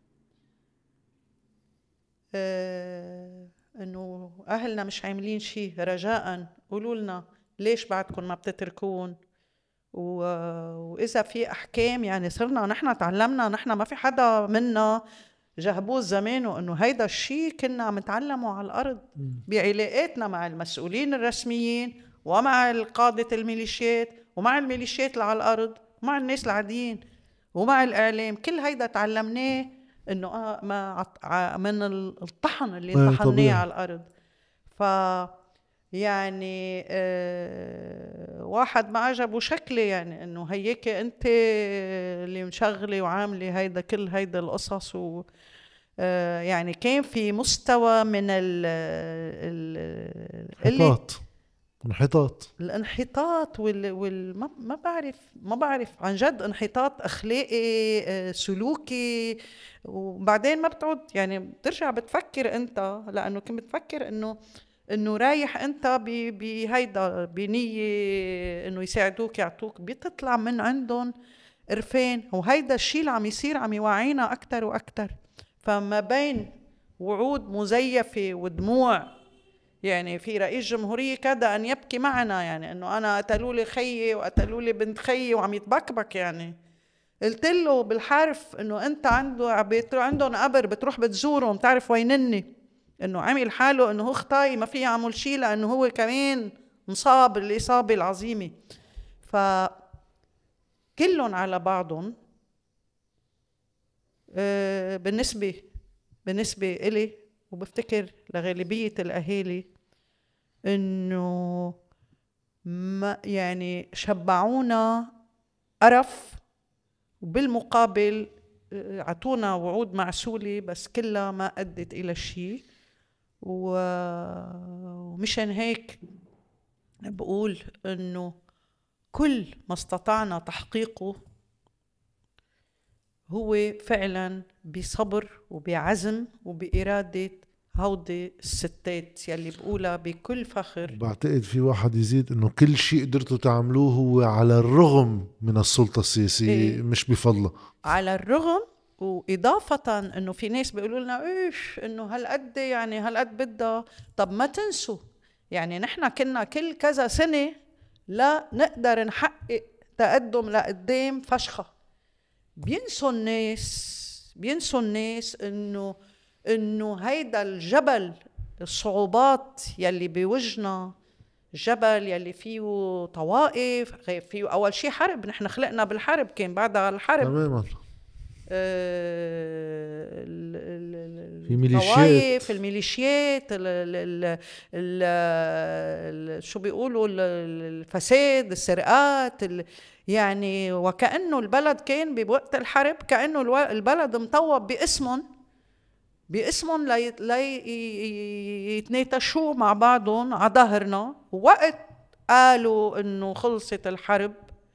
اه انه اهلنا مش عاملين شيء، رجاء قولوا لنا ليش بعدكم ما بتتركون، واذا في احكام. يعني صرنا نحن تعلمنا، نحن ما في حدا منا جهبوه زمان، وانه هيدا الشيء كنا عم نتعلمه على الارض بعلاقاتنا مع المسؤولين الرسميين ومع القادة الميليشيات ومع الميليشيات اللي على الارض ومع الناس العاديين ومع الاعلام. كل هيدا تعلمناه انه آه ما من الطحن اللي انطحناه على الارض. ف يعني آه واحد ما عجبه شكلي، يعني انه هيك انت اللي مشغله وعامله هيدا كل هيدا القصص. و آه يعني كان في مستوى من ال الانحطاط انحطاط الانحطاط وال, وال... ما... ما بعرف ما بعرف عن جد انحطاط اخلاقي آه سلوكي. وبعدين ما بتعود يعني بترجع بتفكر انت، لانه كنت بتفكر انه انه رايح انت بهيدا بنيه انه يساعدوك يعطوك، بتطلع من عندهم قرفان. وهيدا الشيء اللي عم يصير عم يوعينا اكثر واكثر. فما بين وعود مزيفه ودموع، يعني في رئيس جمهورية كاد أن يبكي معنا، يعني أنه أنا قتلوا لي خيي وقتلوا لي بنت خيي وعم يتبكبك. يعني قلت له بالحرف أنه أنت عنده عندهم قبر بتروح بتزورهم تعرف وينني، أنه عمل حاله أنه هو خطاي ما في يعمل شيء لأنه هو كمان مصاب الإصابة العظيمة. فكلهم على بعضهم أه بالنسبة بالنسبة إلي وبفتكر لغالبية الأهالي إنه ما يعني شبعونا قرف، وبالمقابل عطونا وعود معسولة بس كلها ما أدت إلى شيء. ومشان هيك بقول إنه كل ما استطعنا تحقيقه هو فعلا بصبر وبعزم وبإرادة هودي الستات يلي بقولها بكل فخر. بعتقد في واحد يزيد انه كل شيء قدرتوا تعملوه هو على الرغم من السلطة السياسية، إيه. مش بفضلها. على الرغم، وإضافة انه في ناس بيقولوا لنا ايش انه هالقد يعني هالقد بدها. طب ما تنسوا يعني نحن كنا كل كذا سنة لا نقدر نحقق تقدم لقدام فشخة. بينسوا الناس بينسوا الناس انه انه هيدا الجبل، الصعوبات يلي بوجنا، جبل يلي فيه طوائف، فيه اول شيء حرب، نحن خلقنا بالحرب، كان بعدها الحرب تماما. آه في ميليشيات، الطوائف، الميليشيات، ال ال ال شو بيقولوا الفساد، السرقات، يعني وكأنه البلد كان بوقت الحرب كأنه البلد مطوب باسمهم باسمهم ليتناتشوا مع بعضهم على ظهرنا. ووقت قالوا انه خلصت الحرب،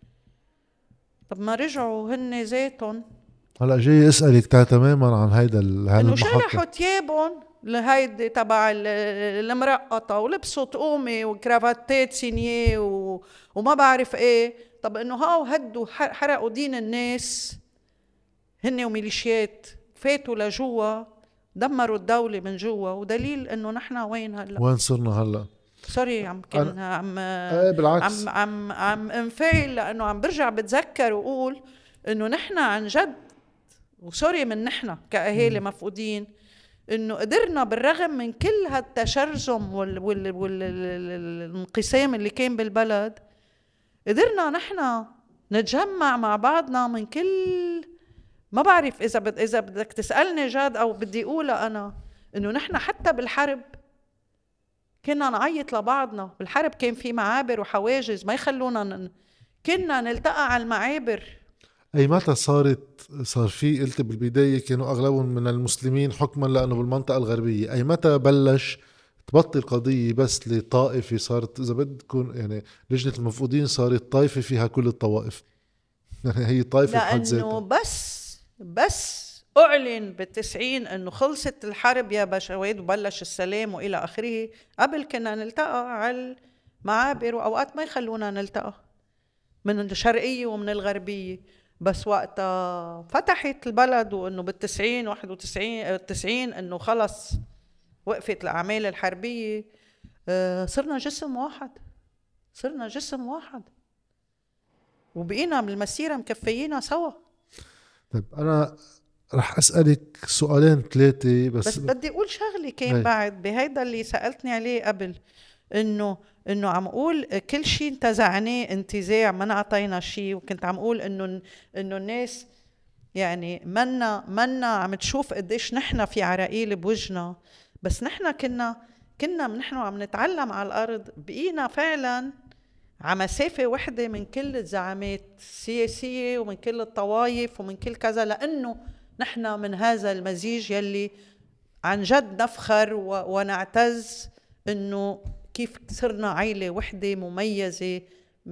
طب ما رجعوا هن ذاتهم. هلا جاي اسالك تماما عن هيدا انه شرحوا ثيابهم لهيدي تبع المرقطه ولبسوا طقومه وكرافتات سينيه و... وما بعرف ايه. طب انه هاو هدوا حرقوا دين الناس هن وميليشيات، فاتوا لجوا دمروا الدولة من جوا. ودليل انه نحن وين هلا؟ وين صرنا هلا؟ سوري عم كن عم ايه بالعكس، عم عم عم انفعل لانه عم برجع بتذكر واقول انه نحن عن جد، وسوري من نحن كأهالي مفقودين، انه قدرنا بالرغم من كل هالتشرذم وال وال والانقسام اللي كان بالبلد، قدرنا نحن نتجمع مع بعضنا من كل، ما بعرف اذا بد اذا بدك تسالني جاد او بدي اقولها انا، انه نحن حتى بالحرب كنا نعيط لبعضنا. بالحرب كان في معابر وحواجز ما يخلونا ن... كنا نلتقى على المعابر. اي متى صارت صار في، قلت بالبداية كانوا اغلبهم من المسلمين حكما لانه بالمنطقة الغربية، اي متى بلش تبطل قضية بس لطائفة، صارت اذا بدكم يعني لجنة المفقودين صارت طائفة فيها كل الطوائف يعني هي طائفة بحد ذاتها. لانه بس بس اعلن بالتسعين انه خلصت الحرب يا بشوات وبلش السلام والى اخره، قبل كنا نلتقى على المعابر واوقات ما يخلونا نلتقى من الشرقية ومن الغربية. بس وقتها فتحت البلد وانه بالتسعين واحد وتسعين التسعين انه خلص وقفت الاعمال الحربية، صرنا جسم واحد، صرنا جسم واحد وبقينا بالمسيرة مكفيينا سوا. طيب أنا رح أسألك سؤالين ثلاثة بس بس بدي أقول شغلة كان هي. بعد بهيدا اللي سألتني عليه قبل، إنه إنه عم أقول كل شيء انتزعناه انتزاع، ما نعطينا شيء. وكنت عم أقول إنه إنه الناس يعني منا منا عم تشوف قديش نحن في عراقيل بوجنا، بس نحن كنا كنا نحن عم نتعلم على الأرض، بقينا فعلاً على مسافة وحدة من كل الزعامات السياسية ومن كل الطوائف ومن كل كذا، لأنه نحن من هذا المزيج يلي عن جد نفخر ونعتز إنه كيف صرنا عائلة وحدة مميزة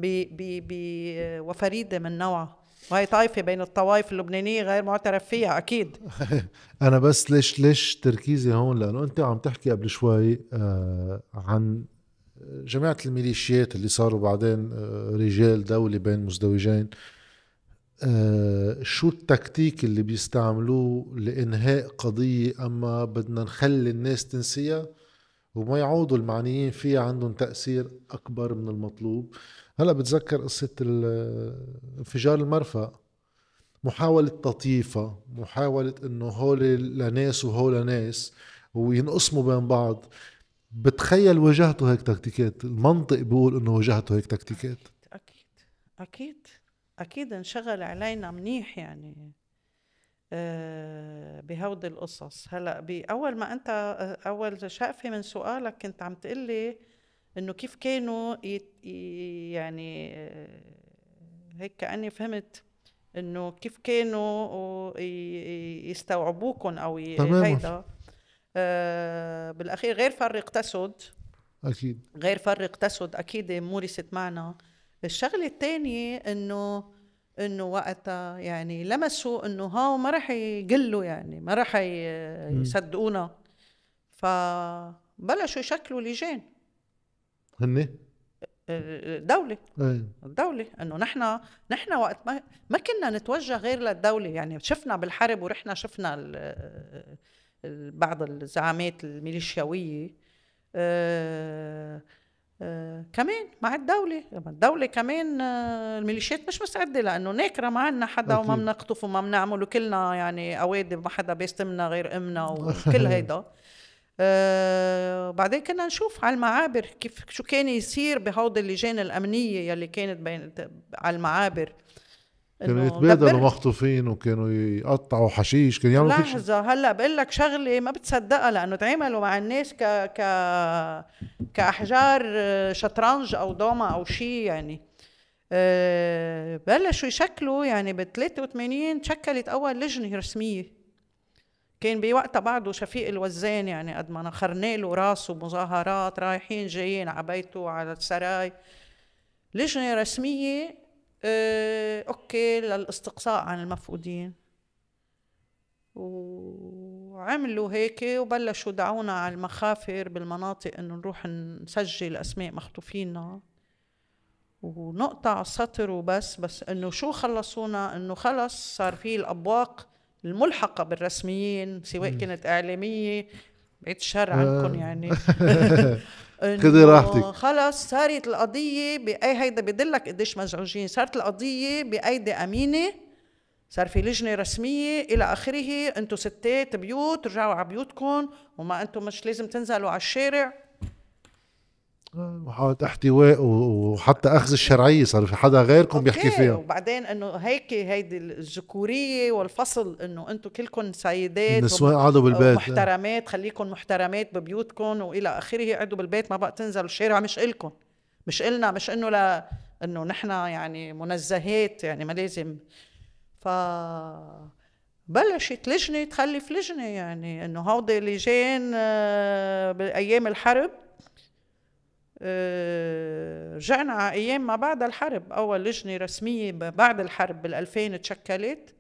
وفريدة من نوعها. وهي طائفة بين الطوائف اللبنانية غير معترف فيها أكيد. أنا بس ليش ليش تركيزي هون، لأنه أنت عم تحكي قبل شوي آه عن جماعة الميليشيات اللي صاروا بعدين آه رجال دولة بين مزدوجين. آه شو التكتيك اللي بيستعملوه لإنهاء قضية أما بدنا نخلي الناس تنسيها وما يعودوا المعنيين فيها عندهم تأثير أكبر من المطلوب؟ هلأ بتذكر قصة انفجار المرفأ، محاولة تطييفة، محاولة انه هول لناس وهول ناس وينقسموا بين بعض. بتخيل واجهتوا هيك تكتيكات؟ المنطق بيقول انه واجهتوا هيك تكتيكات. اكيد اكيد اكيد انشغل علينا منيح يعني أه بهودي القصص. هلا باول ما انت اول شقفه من سؤالك كنت عم تقلي انه كيف كانوا يت يعني هيك كأني فهمت انه كيف كانوا يستوعبوكم او هيدا. آه بالاخير غير فرق تسد، اكيد غير فرق تسد اكيد مورست معنا. الشغله الثانيه انه انه وقتها يعني لمسوا انه هاو ما راح يقلوا، يعني ما راح يصدقونا، فبلشوا يشكلوا لجان هن الدولة ايه الدولة انه نحن نحن وقت ما ما كنا نتوجه غير للدولة، يعني شفنا بالحرب ورحنا شفنا ال ال بعض الزعامات الميليشياوية آه آه كمان مع الدولة. الدولة كمان آه الميليشيات مش مستعدة لأنه ناكرة ما عنا حدا وما أكيد. بنقطف وما بنعمل وكلنا يعني أوادي ما حدا بيستمنا غير أمنا وكل هيدا. آه بعدين كنا نشوف على المعابر كيف شو كان يصير بهود اللجان الأمنية يلي كانت بين على المعابر، كانوا يتبادلوا مخطوفين وكانوا يقطعوا حشيش، كانوا يعملوا كل شيء. لحظة هلا بقول لك شغلة ما بتصدقها لأنه تعاملوا مع الناس ك ك كأحجار شطرنج أو دوما أو شيء يعني. أه بلشوا يشكلوا يعني ب ثلاثة وثمانين تشكلت أول لجنة رسمية، كان بوقتها بعده شفيق الوزان يعني قد ما نخرنا له راسه مظاهرات رايحين جايين عبيته على السراي. لجنة رسمية أه أوكي للاستقصاء عن المفقودين، وعملوا هيك وبلشوا دعونا على المخافر بالمناطق انه نروح نسجل اسماء مخطوفينا ونقطع السطر وبس. بس انه شو خلصونا انه خلص صار في الابواق الملحقة بالرسميين سواء كانت اعلامية بعيد الشر عنكم يعني خذي راحتك. خلص صارت القضية بأي هيدا بدلك قديش مزعوجين، صارت القضية بأيدي أمينة، صار في لجنة رسمية إلى آخره. أنتوا ستات بيوت رجعوا على بيوتكم وما أنتوا مش لازم تنزلوا على الشارع. محاولة احتواء وحتى أخذ الشرعية صار في حدا غيركم بيحكي فيها. وبعدين أنه هيك هيدي الذكورية والفصل أنه أنتوا كلكم سيدات النسوان قعدوا بالبيت محترمات، خليكم محترمات ببيوتكم وإلى آخره، قعدوا بالبيت ما بقى تنزلوا الشارع. مش إلكم مش إلنا مش إنه لا إنه نحن يعني منزهات يعني ما لازم. ف بلشت لجنة تخلف لجنة يعني انه هودي لجان بايام الحرب. رجعنا على ايام ما بعد الحرب، اول لجنة رسمية بعد الحرب بالألفين تشكلت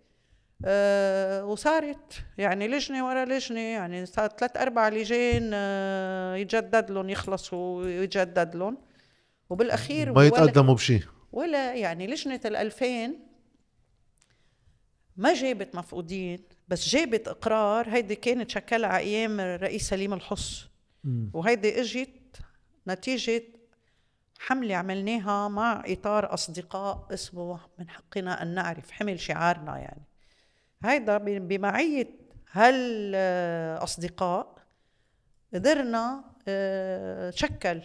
وصارت يعني لجنة ورا لجنة، يعني صارت ثلاث اربع لجان يجدد لهم يخلصوا ويجدد لهم وبالاخير ما يتقدموا بشيء ولا يعني. لجنة الألفين ما جابت مفقودين بس جابت اقرار، هيدي كانت شكلها على ايام الرئيس سليم الحص، وهيدي اجت نتيجه حمله عملناها مع اطار اصدقاء اسمه من حقنا ان نعرف، حمل شعارنا يعني. هيدا بمعيه هالاصدقاء قدرنا نشكل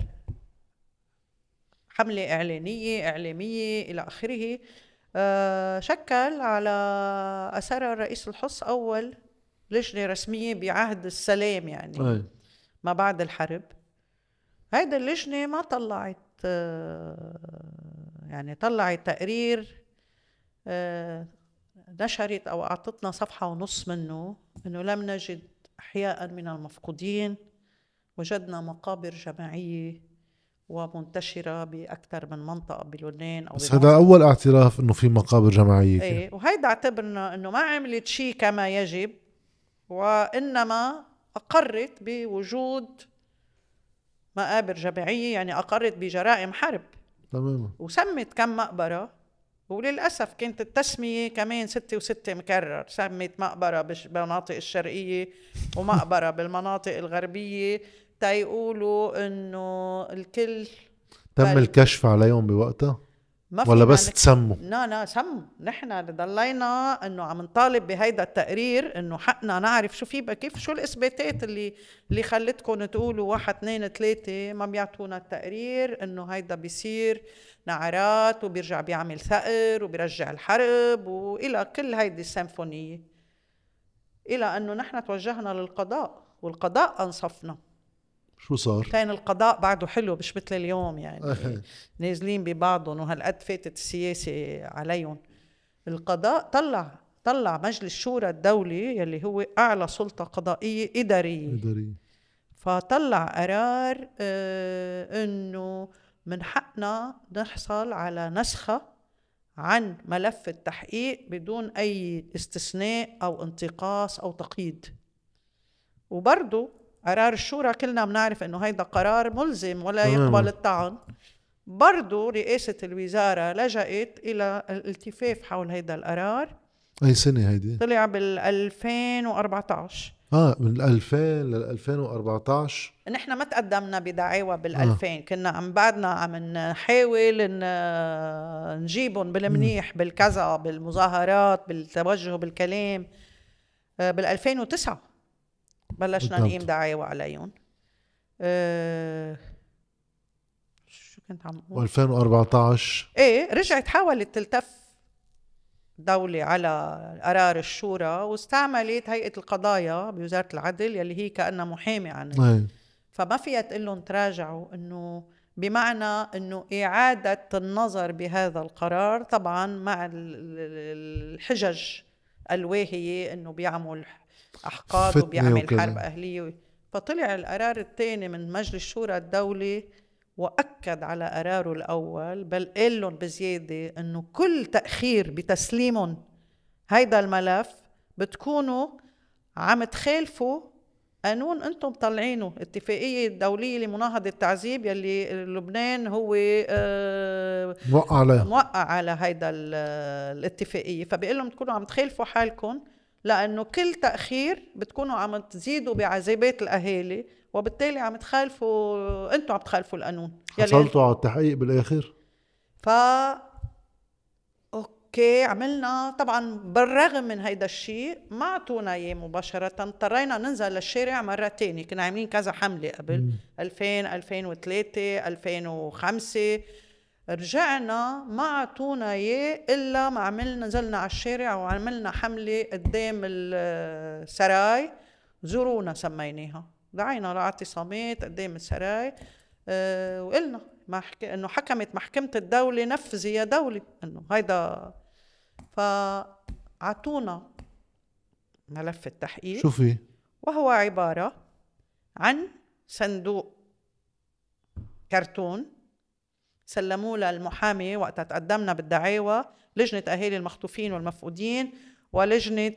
حمله اعلانيه اعلاميه الى اخره. آه شكل على أثر الرئيس الحص أول لجنة رسمية بعهد السلام يعني أي. ما بعد الحرب. هيدا اللجنة ما طلعت آه يعني طلعت تقرير آه نشرت أو أعطتنا صفحة ونص منه إنه لم نجد أحياء من المفقودين، وجدنا مقابر جماعية ومنتشرة بأكثر من منطقة بلبنان. أو بس هذا أول اعتراف إنه في مقابر جماعية. إيه، وهيدا اعتبرنا إنه ما عملت شيء كما يجب، وإنما أقرت بوجود مقابر جماعية، يعني أقرت بجرائم حرب. تماما. وسمت كم مقبرة، وللأسف كانت التسمية كمان ستة وستة مكرر، سمت مقبرة بالمناطق الشرقية ومقبرة بالمناطق الغربية، تيقولوا انه الكل تم الكشف عليهم بوقتها ولا بس تسموا؟ لا لا سموا. نحن ضلينا انه عم نطالب بهيدا التقرير انه حقنا نعرف شو في كيف شو الاثباتات اللي اللي خلتكم تقولوا واحد اثنين ثلاثة. ما بيعطونا التقرير انه هيدا بيصير نعرات وبيرجع بيعمل ثأر وبيرجع الحرب والى كل هيدي السيمفونية، الى انه نحن توجهنا للقضاء والقضاء انصفنا. شو صار؟ كان القضاء بعده حلو مش مثل اليوم يعني نازلين ببعضهم وهالقد فاتت السياسة عليهم. القضاء طلع طلع مجلس شورى الدولي يلي هو أعلى سلطة قضائية إدارية, إدارية. فطلع قرار آه إنه من حقنا نحصل على نسخة عن ملف التحقيق بدون أي استثناء أو انتقاص أو تقييد. وبرضو قرار الشورى كلنا بنعرف انه هيدا قرار ملزم ولا تمام. يقبل الطعن. برضو رئاسة الوزارة لجأت إلى الالتفاف حول هيدا القرار. أي سنة هيدي؟ طلع بال ألفين وأربعتاشر. اه من ألفين لل ألفين وأربعتاشر. نحن ما تقدمنا بدعاوى بالألفين، آه. كنا عم بعدنا عم نحاول نجيبهم بالمنيح بالكذا بالمظاهرات بالتوجه بالكلام. بالألفين وتسعة بلشنا نقيم دعاوى عليهم. أه شو كنت عم أقول؟ وألفين وأربعتاشر ايه رجعت حاولت تلتف دولة على قرار الشورى، واستعملت هيئة القضايا بوزارة العدل يلي هي كأنها محامي عنه. أي. فما فيها تقول لهم تراجعوا، انه بمعنى انه اعادة النظر بهذا القرار، طبعا مع الحجج الواهية انه بيعمل احقاد وبيعمل وكذا. حرب اهلية. فطلع القرار الثاني من مجلس شورى الدولي وأكد على قراره الأول، بل قال لهم بزيادة أنه كل تأخير بتسليمهم هيدا الملف بتكونوا عم تخالفوا قانون أنتم طلعينه، اتفاقية دولية لمناهضة التعذيب يلي لبنان هو آه موقع عليها، موقع على هيدا الاتفاقية. فبيقول لهم تكونوا عم تخالفوا حالكم، لأنه كل تأخير بتكونوا عم تزيدوا بعذابات الأهالي، وبالتالي عم تخالفوا، انتوا عم تخالفوا القانون. حصلتوا على التحقيق بالاخر؟ ف اوكي عملنا طبعا بالرغم من هيدا الشيء ما اعطونا اياه مباشره، اضطرينا ننزل للشارع مره تانية. كنا عاملين كذا حمله قبل م. ألفين ألفين وثلاثة ألفين وخمسة، رجعنا ما اعطونا اياه الا ما عملنا نزلنا على الشارع وعملنا حمله قدام السراي، زورونا سميناها، دعينا لاعتصامات قدام السراي. أه وقلنا ما حكي انه حكمت محكمة الدولة نفذي يا دولة انه هيدا. فعطونا ملف التحقيق، شو في؟ وهو عبارة عن صندوق كرتون سلموه للمحامي وقت تقدمنا بالدعاوى، لجنة أهالي المخطوفين والمفقودين ولجنة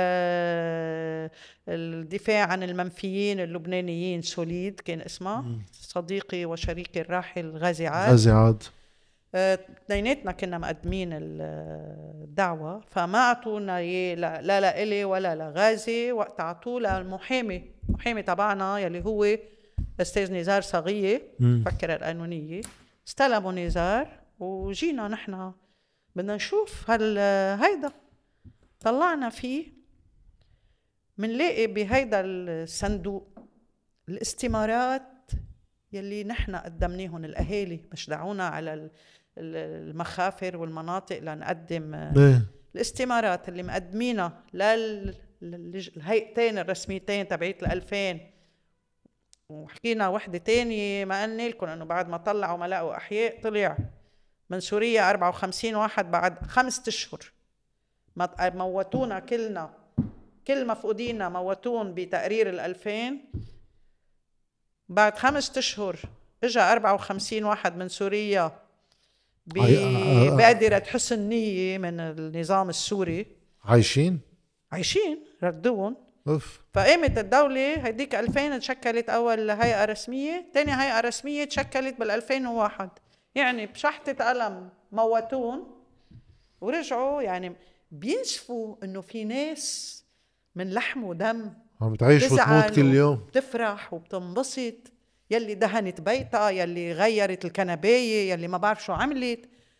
الدفاع عن المنفيين اللبنانيين سوليد كان اسمها، م. صديقي وشريكي الراحل غازي عاد. غازي عاد اثنيناتنا كنا مقدمين الدعوة، فما اعطونا لا لا لا إلي ولا لغازي، وقت اعطوه للمحامي، المحامي تبعنا يلي هو استاذ نزار صغية مفكرة القانونية. استلموا نزار وجينا نحن بدنا نشوف هل هيدا، طلعنا فيه منلاقي بهيدا الصندوق الاستمارات يلي نحن قدمناهم. الأهالي مش دعونا على المخافر والمناطق لنقدم الاستمارات اللي مقدمينها للهيئتين الرسميتين تبعيت الألفين، وحكينا وحدة تانية ما قلنا لكم انه بعد ما طلعوا ما لقوا احياء، طلع من سوريا أربعة وخمسين واحد بعد خمسة اشهر، موتونا كلنا، كل مفقودينا موتون بتقرير الألفين. بعد خمسة اشهر اجا أربعة وخمسين واحد من سوريا ببادرة حسن نية من النظام السوري، عايشين عايشين ردون. أوف. فقامت الدولة هيديك ألفين تشكلت أول هيئة رسمية، تاني هيئة رسمية تشكلت بالألفين وواحد، يعني بشحطة قلم موتون ورجعوا. يعني بينسفوا إنه في ناس من لحم ودم عم تعيش وتموت كل يوم، بتفرح وبتنبسط، يلي دهنت بيتها، يلي غيرت الكنباية، يلي ما بعرف شو عملت.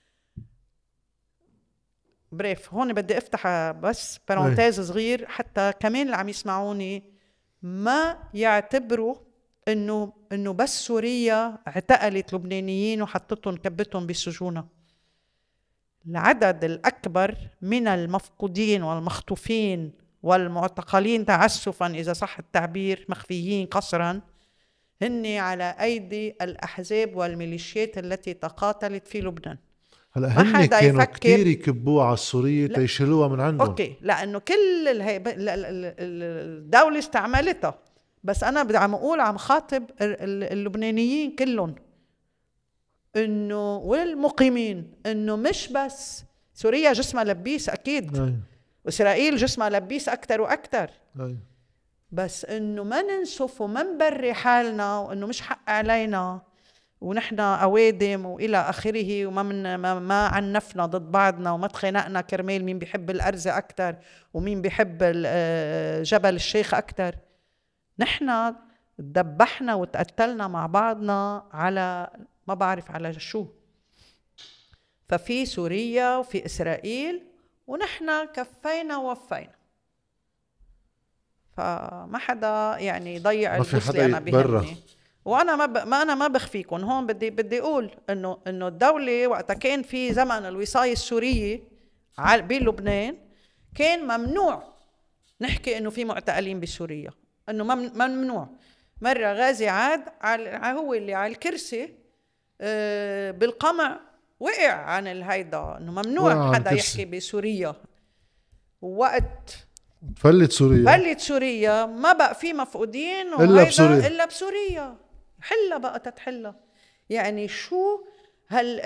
بريف هون بدي افتح بس بارونتيز صغير حتى كمان اللي عم يسمعوني ما يعتبروا انه انه بس سوريا اعتقلت لبنانيين وحطتهم كبتهم بسجونها. العدد الاكبر من المفقودين والمخطوفين والمعتقلين تعسفا اذا صح التعبير، مخفيين قسرا، هن على ايدي الاحزاب والميليشيات التي تقاتلت في لبنان. هلا هن كانوا كتير يكبوها على السورية تيشلوها من عندهم. اوكي لانه كل الهي... الدولة استعملتها، بس انا عم اقول عم خاطب اللبنانيين كلهم انه والمقيمين، انه مش بس سوريا جسمها لبيس اكيد، أي. واسرائيل جسمها لبيس اكثر واكثر، أي. بس انه ما ننسف وما نبري حالنا وانه مش حق علينا ونحن اوادم والى اخره، وما من ما, ما عنفنا ضد بعضنا وما تخانقنا كرمال مين بيحب الارزه اكثر ومين بيحب جبل الشيخ اكثر. نحن تدبحنا وتقتلنا مع بعضنا على ما بعرف على شو. ففي سوريا وفي اسرائيل ونحن كفينا ووفينا. فما حدا يعني يضيع البوصلة. أنا بيهمني وانا ما ب... ما انا ما بخفيكم هون. بدي بدي اقول انه انه الدوله وقتها كان في زمن الوصايه السوريه بلبنان كان ممنوع نحكي انه في معتقلين بسوريا، انه ممنوع. مره غازي عاد على هو اللي على الكرسي بالقمع وقع عن الهيدا، انه ممنوع حدا يحكي بسوريا. ووقت فلت سوريا فلت سوريا ما بقى في مفقودين الا بسوريا الا بسوريا. حلها بقى تتحلها. يعني شو هال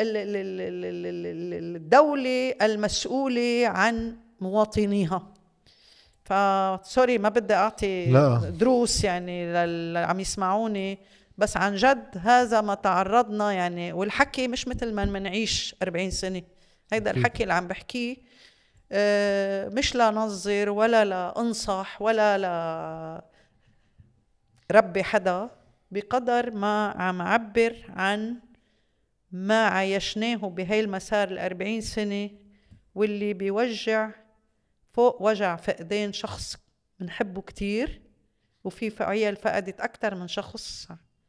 الدولة المسؤولة عن مواطنيها. فسوري ما بدي أعطي لا. دروس يعني اللي عم يسمعوني، بس عن جد هذا ما تعرضنا يعني. والحكي مش مثل ما منعيش أربعين سنة. هيدا الحكي اللي عم بحكيه مش لا نظر ولا لا انصح ولا لا ربي حدا، بقدر ما عم عبر عن ما عايشناه بهاي المسار الأربعين سنة، واللي بيوجع فوق وجع فقدان شخص بنحبه كتير، وفي عيال فقدت أكتر من شخص،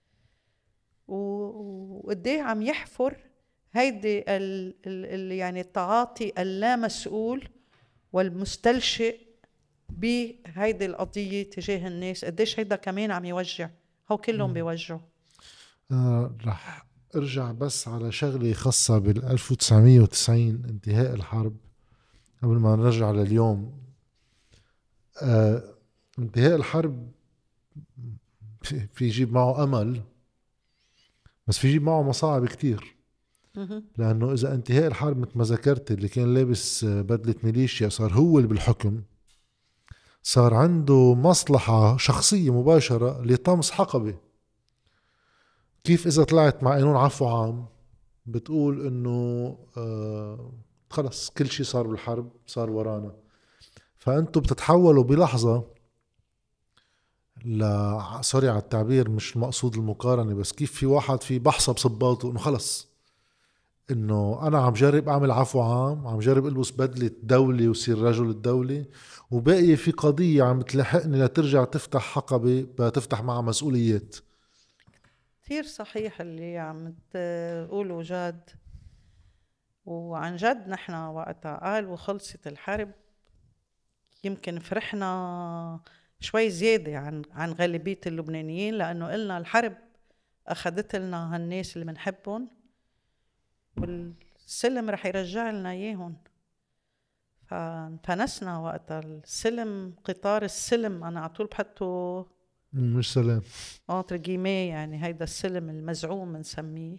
وقديه عم يحفر هيدي ال ال يعني التعاطي اللامسؤول والمستلشئ بهيدي القضية تجاه الناس. قديش هيدا كمان عم يوجع. هو كلهم بيوجعوا. آه رح ارجع بس على شغلة خاصة بال ألف وتسعمية وتسعين انتهاء الحرب قبل ما نرجع لليوم. آه انتهاء الحرب في, في يجيب معه أمل، بس في يجيب معه مصاعب كتير. لأنه إذا انتهاء الحرب مثل ما ذكرت اللي كان لابس بدلة ميليشيا صار هو اللي بالحكم، صار عنده مصلحة شخصية مباشرة لطمس حقبة. كيف إذا طلعت مع قانون عفو عام بتقول إنه آه خلص كل شيء صار بالحرب صار ورانا، فأنتوا بتتحولوا بلحظة ل سوري على التعبير مش مقصود المقارنة، بس كيف في واحد في بحصة بصباطه إنه خلص إنه أنا عم جرب أعمل عفو عام، عم جرب ألبس بدلة دولة وصير رجل الدولة، وباقي في قضية عم تلحقني لترجع تفتح حقبة بتفتح معها مسؤوليات. كثير صحيح اللي عم تقوله جاد. وعن جد نحن وقتها قال وخلصت الحرب يمكن فرحنا شوي زيادة عن عن غالبية اللبنانيين، لأنه قلنا الحرب أخذت لنا هالناس اللي منحبهم والسلم رح يرجع لنا إياهم. فانفنسنا وقتها. السلم قطار السلم أنا عطول بحطه مش سلام entre guillemets، يعني هيدا السلم المزعوم بنسميه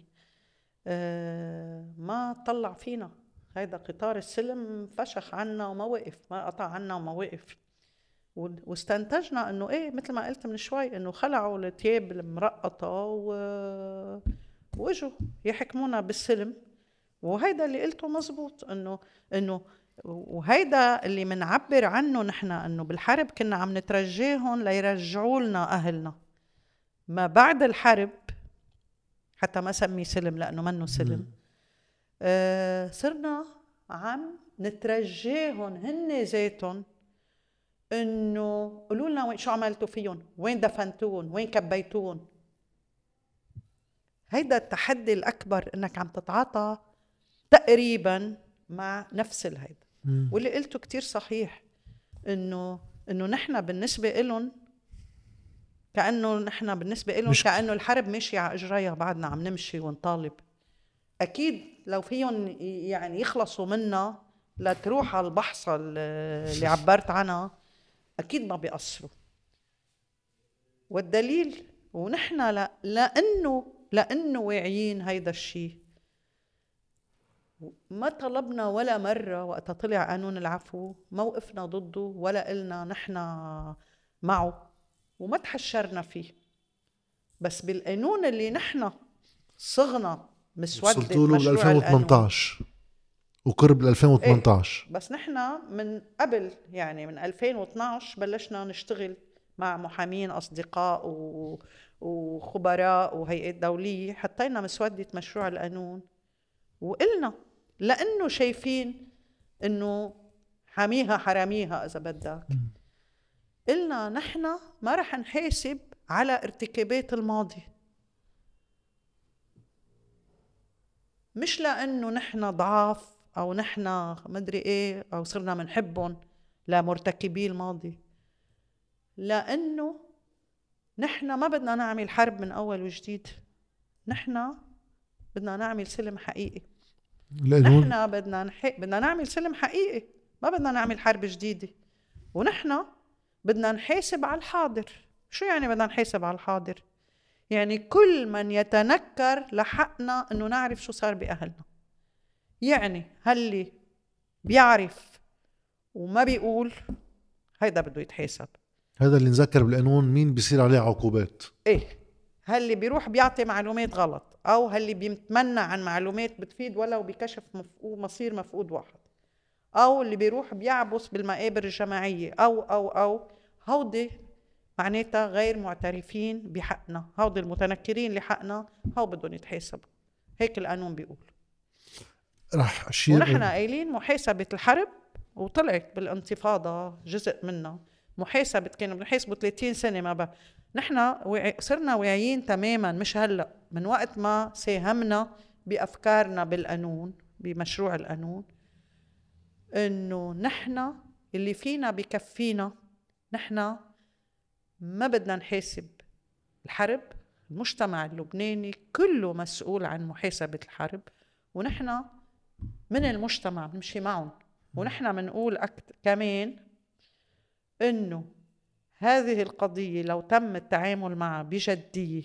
أه ما طلع فينا. هيدا قطار السلم فشخ عنا وما وقف، ما قطع عنا وما وقف. واستنتجنا انه ايه مثل ما قلت من شوي انه خلعوا الثياب المرقطه و... واجوا يحكمونا بالسلم. وهيدا اللي قلته مزبوط، انه انه وهيدا اللي منعبر عنه نحن، انه بالحرب كنا عم نترجاهم ليرجعوا لنا اهلنا. ما بعد الحرب حتى ما سمي سلم لانه منه سلم، آه صرنا عم نترجاهم هن ذاتهم انه قولوا لنا وين شو عملتوا فيهم، وين دفنتوهم، وين كبيتوهم. هيدا التحدي الاكبر، انك عم تتعاطى تقريبا مع نفس الهيدا. واللي قلته كتير صحيح، انه انه نحن بالنسبه لهم كانه نحن بالنسبه لهم كانه الحرب ماشيه على اجريها، بعدنا عم نمشي ونطالب. اكيد لو فيهم يعني يخلصوا منا لتروح على البحصه اللي عبرت عنها اكيد ما بيقصروا. والدليل ونحن لا لانه لانه واعيين هيدا الشيء ما طلبنا ولا مرة وقت طلع قانون العفو موقفنا ضده، ولا قلنا نحن معه وما تحشرنا فيه، بس بالقانون اللي نحن صغنا مسودة وصلتوا له بال مشروع ألفين وثمانطعش وقرب بال ألفين وثمانطعش. إيه، بس نحن من قبل يعني من ألفين واثنعش بلشنا نشتغل مع محامين أصدقاء و... وخبراء وهيئات دولية، حطينا مسودة مشروع القانون وقلنا لأنه شايفين إنه حاميها حراميها إذا بدك، قلنا نحن ما رح نحاسب على ارتكابات الماضي، مش لأنه نحن ضعاف أو نحن مدري إيه أو صرنا منحبهم لمرتكبي الماضي، لأنه نحن ما بدنا نعمل حرب من أول وجديد، نحن بدنا نعمل سلم حقيقي. نحن بدنا نحق بدنا نعمل سلم حقيقي، ما بدنا نعمل حرب جديدة، ونحن بدنا نحاسب على الحاضر. شو يعني بدنا نحاسب على الحاضر؟ يعني كل من يتنكر لحقنا انه نعرف شو صار باهلنا، يعني هاللي بيعرف وما بيقول هيدا بده يتحاسب. هذا اللي نذكر بالقانون مين بيصير عليه عقوبات. ايه، هاللي بيروح بيعطي معلومات غلط، او هاللي بيتمنى عن معلومات بتفيد ولو بكشف مفقود مصير مفقود واحد، او اللي بيروح بيعبس بالمقابر الجماعية، او او او هودي معناتها غير معترفين بحقنا، هودي المتنكرين لحقنا، هو بدهم يتحاسبوا. هيك القانون بيقول. رح أشير ونحن قايلين محاسبة الحرب، وطلعت بالانتفاضة جزء منها محاسبة، كانوا بنحاسبوا ثلاثين سنة ما بقى. نحن صرنا واعيين تماما، مش هلأ، من وقت ما ساهمنا بأفكارنا بالقانون بمشروع القانون، إنه نحن اللي فينا بكفينا، نحن ما بدنا نحاسب الحرب. المجتمع اللبناني كله مسؤول عن محاسبة الحرب، ونحن من المجتمع بنمشي معهم. ونحن منقول أكت... كمان إنه هذه القضية لو تم التعامل معها بجدية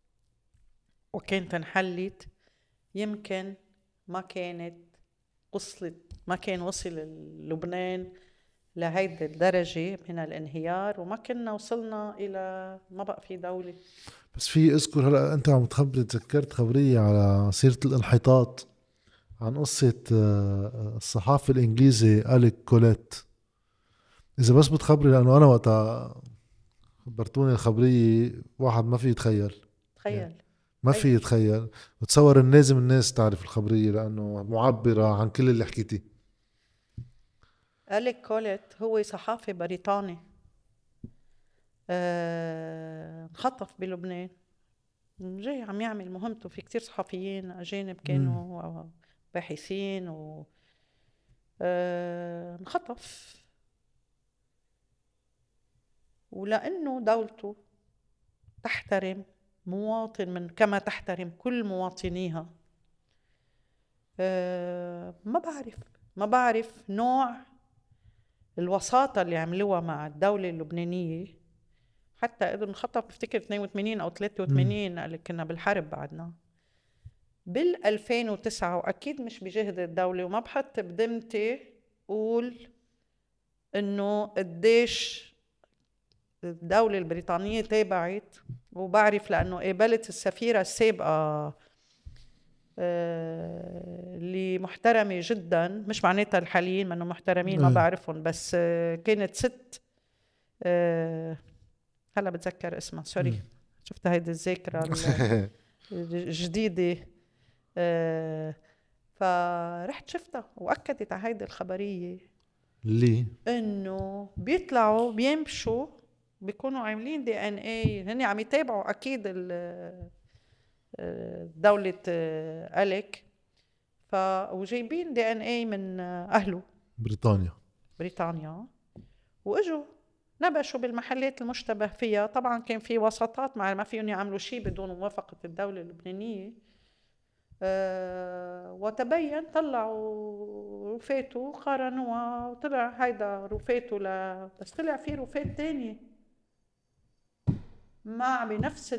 وكانت انحلت، يمكن ما كانت وصلت ما كان وصل لبنان لهيدي الدرجة من الانهيار، وما كنا وصلنا إلى ما بقى في دولة. بس في اذكر هلا انت عم تخبري، تذكرت خبرية على سيرة الانحطاط عن قصة الصحافي الانجليزي أليك كوليت. اذا بس بتخبري، لانه انا وقتها خبرتوني الخبرية واحد ما في يتخيل تخيل ما في يتخيل. بتصور ان لازم الناس تعرف الخبرية لانه معبرة عن كل اللي حكيتي. أليك كوليت هو صحافي بريطاني انخطف أه... بلبنان، جاي عم يعمل مهمته. في كتير صحفيين أجانب كانوا باحثين و أه... انخطف، ولأنه دولته تحترم مواطن من كما تحترم كل مواطنيها، أه... ما بعرف ما بعرف نوع الوساطة اللي عملوها مع الدولة اللبنانية. حتى إذا انخطف بفتكر اثنين وثمانين أو ثلاثة وثمانين اللي كنا بالحرب بعدنا بال ألفين وتسعة، وأكيد مش بجهد الدولة، وما بحط بدمتي قول إنه قديش الدولة البريطانية تابعت، وبعرف لأنه قابلت السفيرة السابقة اللي محترمة جدا، مش معناتها الحاليين منه محترمين ما بعرفهم، بس كانت ست هلا بتذكر اسمها، سوري شفت هيدي الذاكرة الجديدة. فرحت شفتها وأكدت على هيدي الخبرية اللي إنه بيطلعوا بيمشوا بيكونوا عاملين دي ان اي، هني عم يتابعوا أكيد دولة أليك، وجايبين دي ان اي من أهله بريطانيا بريطانيا واجوا نبشوا بالمحلات المشتبه فيها. طبعا كان في وساطات، مع ما فيهم يعملوا شيء بدون موافقة الدولة اللبنانية. أه وتبين طلعوا رفاته وقارنوها، وطلع هيدا رفاته ل... بس طلع في رفات تانية مع بنفس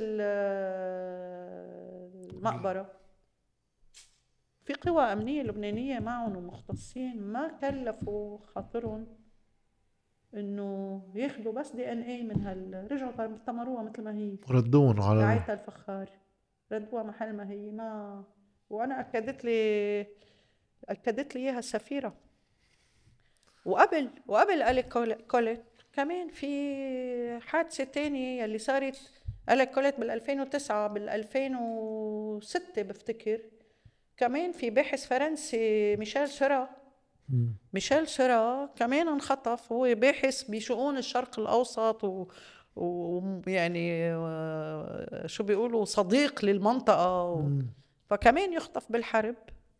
المقبرة. في قوى أمنية لبنانية معهم ومختصين ما كلفوا خاطرهم انه ياخذوا بس دي ان اي من هال رجعوا طمروها مثل ما هي ردون على رعايتها الفخار، ردوها محل ما هي. ما وانا اكدت لي اكدت لي اياها السفيره. وقبل وقبل ألي كوليت كمان في حادثه تانية يلي صارت ألي كوليت بال ألفين وتسعة بال ألفين وستة بفتكر، كمان في باحث فرنسي ميشيل سورا. ميشيل سورا كمان انخطف، هو باحث بشؤون الشرق الأوسط و ويعني شو بيقولوا صديق للمنطقة و... فكمان يخطف بالحرب.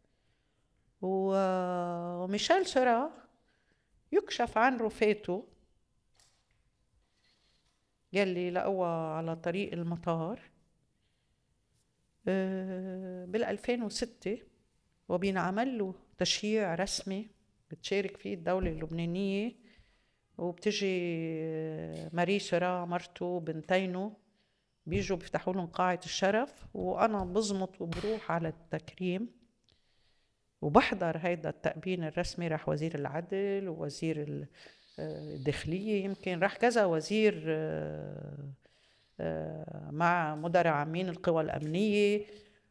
وميشيل سورا يكشف عن رفاته يلي لقوها على طريق المطار بال ألفين وستة، وبينعمل له تشييع رسمي بتشارك فيه الدولة اللبنانية، وبتجي ماري سورا مرته وبنتينه بيجوا بيفتحوا لهم قاعة الشرف، وأنا بزمط وبروح على التكريم وبحضر هيدا التأبين الرسمي. راح وزير العدل ووزير الداخلية، يمكن راح كذا وزير مع مدراء عامين القوى الأمنية.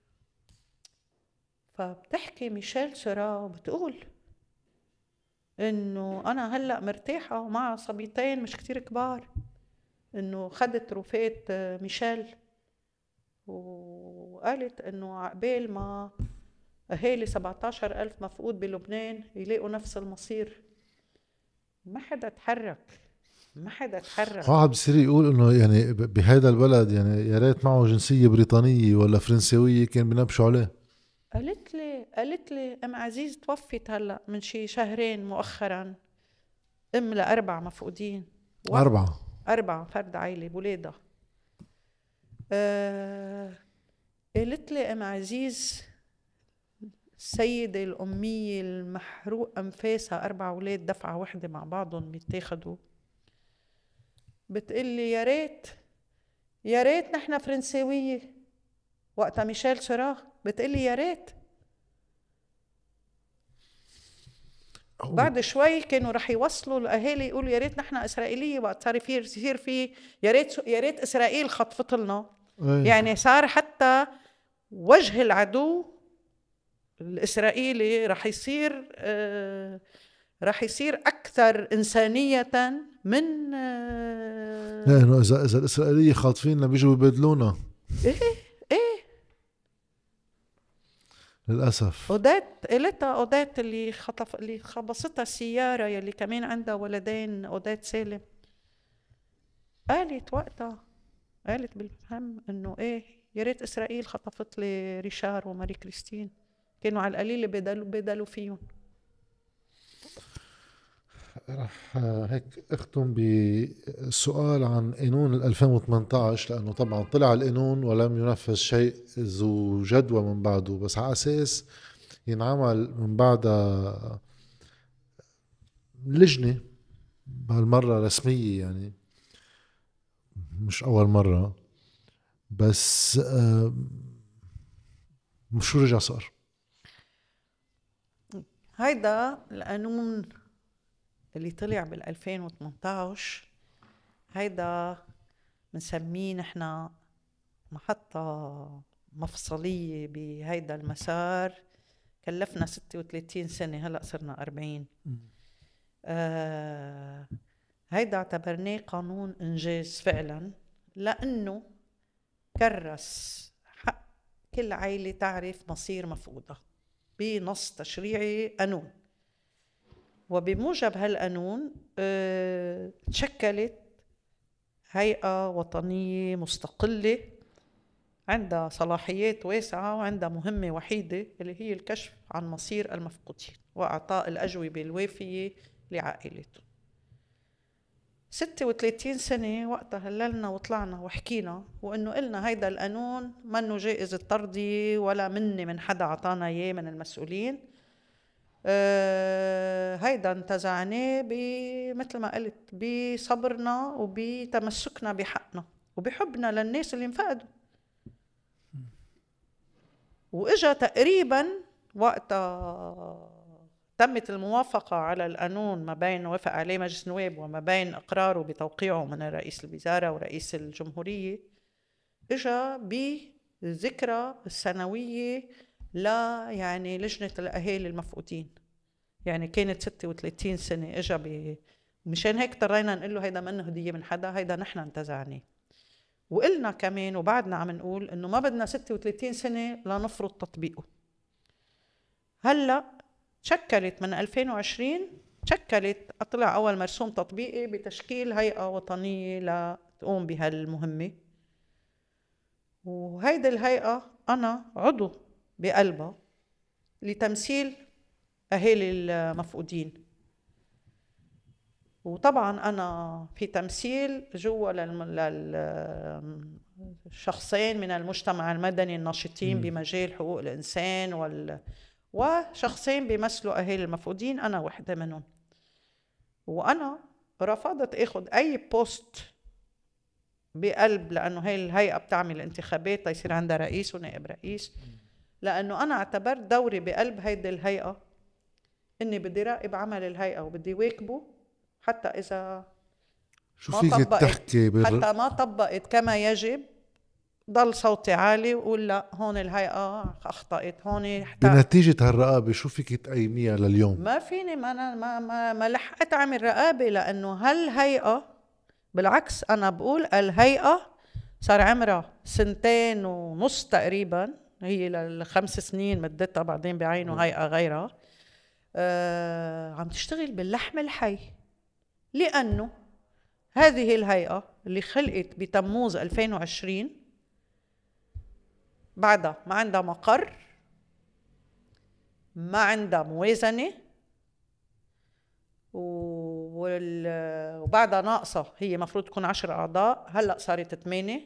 فبتحكي ميشيل سورا وبتقول إنه أنا هلأ مرتاحة ومع صبيتين مش كتير كبار، إنه خدت رفات ميشيل، وقالت إنه عقبال ما أهالي سبعة عشر ألف مفقود بلبنان يلاقوا نفس المصير. ما حدا تحرك، ما حدا تحرك. واحد بصير يقول انه يعني بهذا البلد يعني يا ريت معه جنسيه بريطانيه ولا فرنسويه كان بنبشوا عليه. قالت لي قالت لي ام عزيز توفت هلا من شي شهرين مؤخرا، ام لاربع مفقودين. اربعه اربعه فرد عائله بولادها. آه قالت لي ام عزيز السيدة الأمية المحروق أنفاسها، أربع أولاد دفعة واحدة مع بعضهم بيتاخدوا، بتقلي يا ريت يا ريت نحن فرنساوية. وقتها ميشيل سورا بتقلي يا ريت. بعد شوي كانوا رح يوصلوا الأهالي يقولوا يا ريت نحن إسرائيلية، وقت صار في يصير في يا ريت يا ريت إسرائيل خطفت لنا. يعني صار حتى وجه العدو الإسرائيلي رح يصير آه رح يصير أكثر إنسانية من آه لأنه إذا إذا الإسرائيلية خاطفيننا بيجوا يبدلونا. إيه إيه للأسف. أودات قلتها أودات اللي خطف اللي خبصتها السيارة يلي كمان عندها ولدين، أودات سالم، قالت وقتها قالت بالفهم إنه إيه يا ريت إسرائيل خطفت لي ريشار وماري كريستين، كانوا على القليل بدلوا بدلوا فيهم. رح هيك اختم بسؤال عن قانون ألفين وثمانية عشر، لأنه طبعا طلع القانون ولم ينفذ شيء ذو جدوى من بعده، بس على أساس ينعمل من بعدها لجنة بهالمرة رسمية، يعني مش أول مرة، بس مش شو رجع صار. هيدا القانون اللي طلع بالألفين وثمانية عشر هيدا بنسميه نحنا محطة مفصلية بهيدا المسار، كلفنا ستة وثلاثين سنة، هلأ صرنا أربعين. آه هيدا اعتبرناه قانون إنجاز فعلا، لأنه كرس حق كل عائلة تعرف مصير مفقودها بنص تشريعي قانون. وبموجب هالقانون اه تشكلت هيئة وطنية مستقلة عندها صلاحيات واسعة وعندها مهمة وحيدة اللي هي الكشف عن مصير المفقودين وإعطاء الأجوبة الوافية لعائلته. ستة وثلاثين سنة وقتها هللنا وطلعنا وحكينا وإنه قلنا هيدا القانون منه جائز الترضي ولا مني من حدا عطانا إياه من المسؤولين. أه هيدا انتزعناه مثل ما قلت بصبرنا وبتمسكنا بحقنا وبحبنا للناس اللي انفقدوا. وإجا تقريبا وقتها تمت الموافقة على القانون ما بين وافق عليه مجلس النواب وما بين إقراره بتوقيعه من رئيس الوزراء ورئيس الجمهورية، إجا بذكرى السنوية ل يعني لجنة الأهالي المفقودين، يعني كانت ستة وثلاثين سنة إجا ب مشان هيك اضطرينا نقول له هيدا منه هدية من حدا، هيدا نحن انتزعناه. وقلنا كمان وبعدنا عم نقول إنه ما بدنا ستة وثلاثين سنة لنفرض تطبيقه. هلأ تشكلت من ألفين وعشرين تشكلت طلع أول مرسوم تطبيقي بتشكيل هيئة وطنية لتقوم بهالمهمة، وهيدي الهيئة أنا عضو بقلبها لتمثيل أهالي المفقودين. وطبعا أنا في تمثيل جوا للشخصين من المجتمع المدني الناشطين بمجال حقوق الإنسان وال وشخصين بيمثلوا أهالي المفقودين، أنا وحدة منهم. وأنا رفضت أخذ أي بوست بقلب، لأنه هاي الهيئة بتعمل انتخابات يصير عندها رئيس ونائب رئيس، لأنه أنا اعتبرت دوري بقلب هيدي الهيئة إني بدي راقب عمل الهيئة وبدي واكبه، حتى إذا شو فيك تحكي بر... حتى ما طبقت كما يجب ضل صوتي عالي وقول لا هون الهيئة أخطأت هون حتى... بنتيجة هالرقابة شو فيك تقيميها لليوم؟ ما فيني ما أنا ما ما, ما لحقت أعمل رقابة، لأنه هالهيئة بالعكس أنا بقول الهيئة صار عمرها سنتين ونص تقريبا، هي للخمس سنين مدتها بعدين بعينوا هيئة غيرها، آه عم تشتغل باللحم الحي. لأنه هذه الهيئة اللي خلقت بتموز ألفين وعشرين بعدها ما عندها مقر، ما عندها موازنة، وبعدها ناقصة، هي مفروض تكون عشر أعضاء هلأ صارت ثمانية،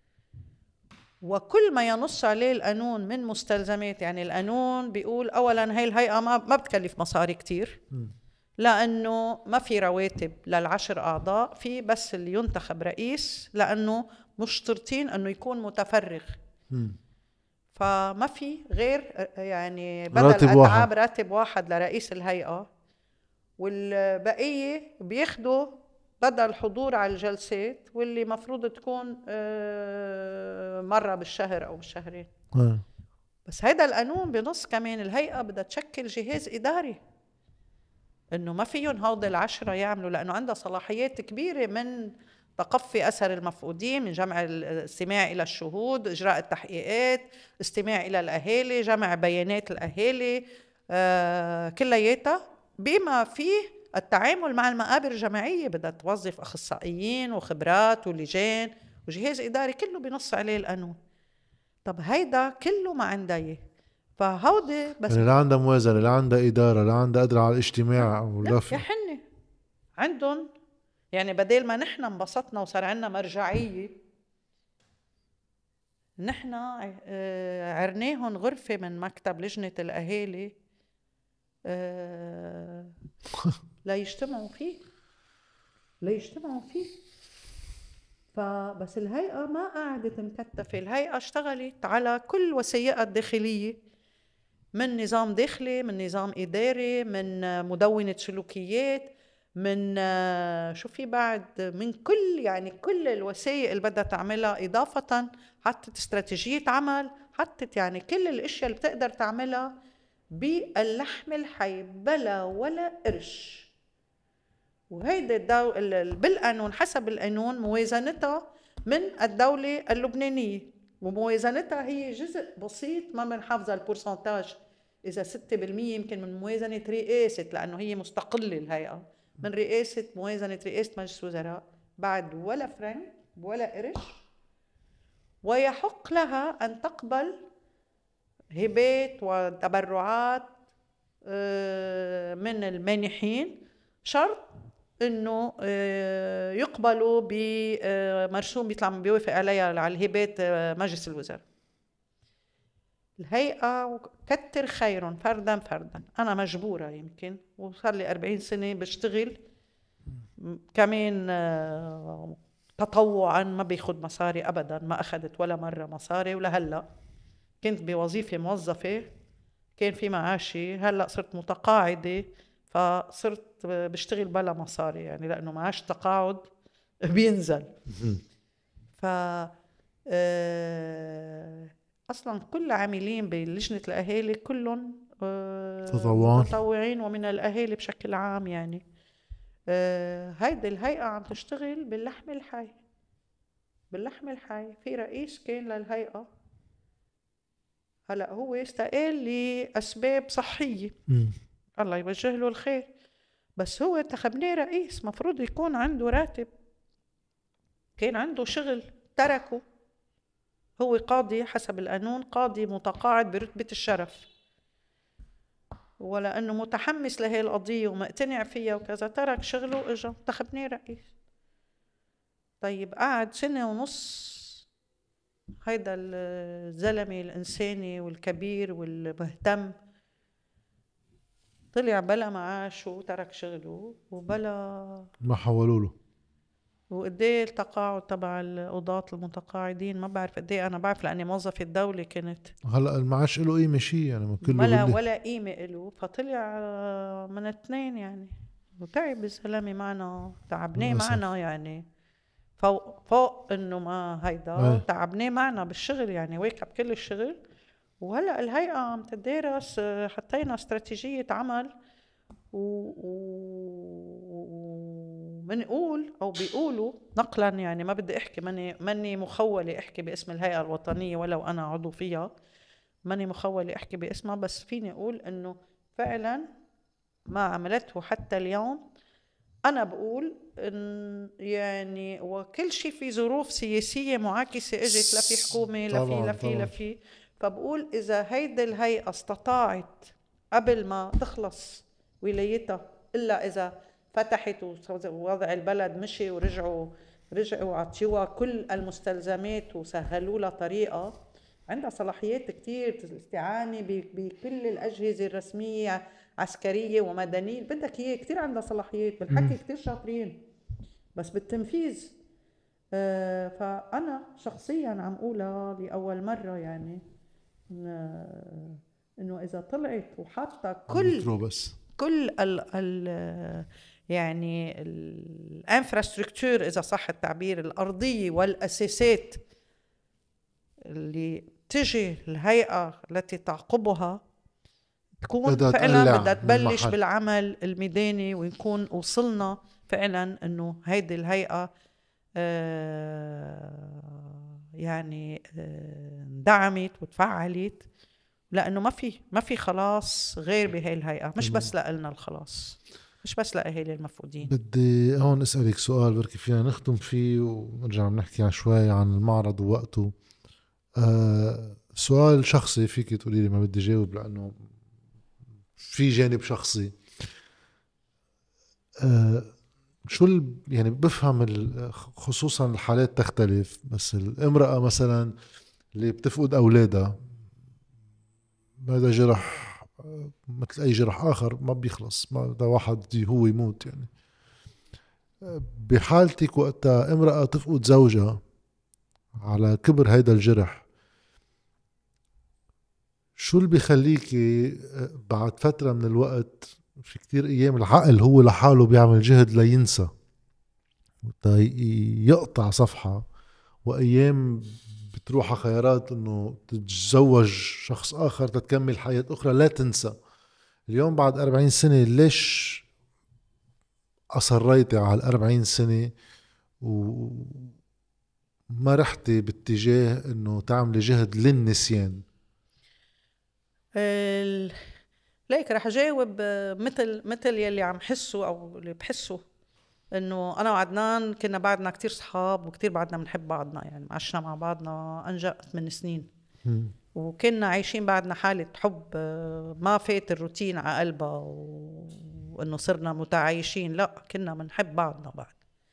وكل ما ينص عليه القانون من مستلزمات. يعني القانون بيقول أولا هاي الهيئة ما ما بتكلف مصاري كتير، لأنه ما في رواتب للعشر أعضاء، في بس اللي ينتخب رئيس، لأنه مشترطين أنه يكون متفرغ، فما في غير يعني بدل راتب أتعاب واحد. راتب واحد لرئيس الهيئة، والبقية بياخدوا بدل حضور على الجلسات واللي مفروض تكون مرة بالشهر أو بالشهرين. بس هيدا القانون بنص كمان الهيئة بدها تشكل جهاز إداري، إنه ما فيهم هودي العشرة يعملوا، لأنه عندها صلاحيات كبيرة من تقفي أثر المفقودين، من جمع الاستماع إلى الشهود، إجراء التحقيقات، استماع إلى الأهالي، جمع بيانات الأهالي، آه كلياتها، بما فيه التعامل مع المقابر الجماعية. بدها توظف أخصائيين وخبرات ولجان وجهاز إداري، كله بنص عليه القانون. طب هيدا كله ما عندها إياه، فهودي بس يعني لا عندها موازنة، لا عندها إدارة، لا عندها قدرة على الاجتماع ولا يا حني عندهم. يعني بدل ما نحن انبسطنا وصار عندنا مرجعية، نحن عرناهم غرفة من مكتب لجنة الأهالي لا يجتمعوا فيه لا يجتمعوا فيه فبس الهيئة ما قاعدة مكتفة، الهيئة اشتغلت على كل وسائلها الداخلية، من نظام داخلي، من نظام إداري، من مدونة سلوكيات، من شو في بعد، من كل يعني كل الوسائل اللي بدها تعملها، إضافة حطت استراتيجية عمل، حطت يعني كل الأشياء اللي بتقدر تعملها باللحم الحي بلا ولا قرش. وهيدا الدو... بالقانون حسب القانون موازنتها من الدولة اللبنانية، وموازنتها هي جزء بسيط ما بنحافظها البورسنتاج، إذا ستة بالمية يمكن من موازنة رئاسة، لأنه هي مستقلة الهيئة من رئاسة موازنة رئاسة مجلس وزراء، بعد ولا فرنك ولا قرش. ويحق لها أن تقبل هبات وتبرعات من المانحين، شرط انه يقبلوا بمرسوم بيطلع بيوافق عليها على الهبات مجلس الوزراء. الهيئة كتر خير فردا فردا، انا مجبورة يمكن وصار لي أربعين سنة بشتغل كمان تطوعا، ما بياخد مصاري ابدا، ما اخذت ولا مرة مصاري، ولهلا كنت بوظيفة موظفة كان في معاشي، هلأ صرت متقاعدة فصرت بشتغل بلا مصاري يعني، لأنه معاش تقاعد بينزل. ف آه، أصلا كل عاملين بلجنة الأهالي كلهم آه، تطوعون. متطوعين ومن الأهالي بشكل عام يعني. آه، هيدي الهيئة عم تشتغل باللحم الحي، باللحم الحي. في رئيس كان للهيئة هلأ هو استقال لأسباب صحية، الله يوجه له الخير، بس هو انتخبناه رئيس، مفروض يكون عنده راتب، كان عنده شغل تركه. هو قاضي حسب القانون، قاضي متقاعد برتبة الشرف، ولا أنه متحمس لهي القضية ومقتنع فيها وكذا ترك شغله وإجا انتخبناه رئيس. طيب قعد سنة ونص هيدا الزلمة الإنساني والكبير والمهتم، طلع بلا معاش وترك شغله وبلا ما حولوا له. وقديه التقاعد تبع القضاة المتقاعدين؟ ما بعرف قديه، أنا بعرف لأني موظفة الدولة كنت. هلا المعاش له قيمة شيء يعني، ما كله ملا باللي ولا قيمة إله، فطلع من اثنين يعني، وتعب الزلمة معنا، تعبناه للأسف. معنا يعني، فوق فوق إنه ما هيدا أي. تعبناه معنا بالشغل يعني، واكب كل الشغل. وهلأ الهيئة عم تدرس، حطينا استراتيجية عمل ومنقول أو بيقولوا نقلا يعني، ما بدي أحكي، ماني ماني مخولة أحكي باسم الهيئة الوطنية ولو أنا عضو فيها، ماني مخولة أحكي باسمها، بس فيني أقول إنه فعلا ما عملته حتى اليوم. أنا بقول إن يعني وكل شيء في ظروف سياسية معاكسة إجت، لا في حكومة لا في لا في لا في، فبقول إذا هيدي الهيئة استطاعت قبل ما تخلص ولايتها، إلا إذا فتحت ووضع البلد مشي ورجعوا رجعوا عطيوها كل المستلزمات وسهلوا لها طريقة، عندها صلاحيات كتير الاستعانة بكل الأجهزة الرسمية عسكرية ومدنية بدك إياه، كتير عندها صلاحيات بالحكي، كتير شاطرين، بس بالتنفيذ آه فأنا شخصيا عم قولها لأول مرة يعني، إنه إذا طلعت وحاطة كل بس. كل ال ال يعني الانفراستركتور إذا صح التعبير، الأرضية والأساسات اللي تجي الهيئة التي تعقبها تكون فعلا بدها تبلش بالعمل الميداني، ونكون وصلنا فعلا انه هيدي الهيئة آه يعني آه دعمت وتفعلت، لانه ما في ما في خلاص غير بهي الهيئة، مش بس لنا الخلاص، مش بس لأهالي المفقودين. بدي هون اسألك سؤال بركي فينا نختم فيه ونرجع نحكي شوي عن المعرض ووقته. آه سؤال شخصي، فيك تقولي لي ما بدي جاوب لأنه في جانب شخصي. آه شو يعني بفهم خصوصا الحالات تختلف، بس الامرأة مثلا اللي بتفقد أولادها، هذا جرح مثل أي جرح آخر ما بيخلص، ما ده واحد هو يموت يعني. بحالتك وقتها امرأة تفقد زوجها على كبر هيدا الجرح، شو اللي بيخليكي بعد فترة من الوقت، في كتير ايام العقل هو لحاله بيعمل جهد لينسى يقطع صفحة، وايام بتروح خيارات انه تتزوج شخص اخر تتكمل حياة اخرى لا تنسى. اليوم بعد أربعين سنة ليش اصريتي على الأربعين سنة وما رحتي باتجاه انه تعملي جهد للنسيان؟ ال... ليك رح جاوب مثل مثل يلي عم حسه او اللي بحسه، انه انا وعدنان كنا بعدنا كتير صحاب وكتير بعدنا بنحب بعضنا يعني، عشنا مع بعضنا انجا ثمان سنين م. وكنا عايشين بعدنا حالة حب ما فات الروتين على قلبها و... وانه صرنا متعايشين، لا كنا بنحب بعضنا بعد.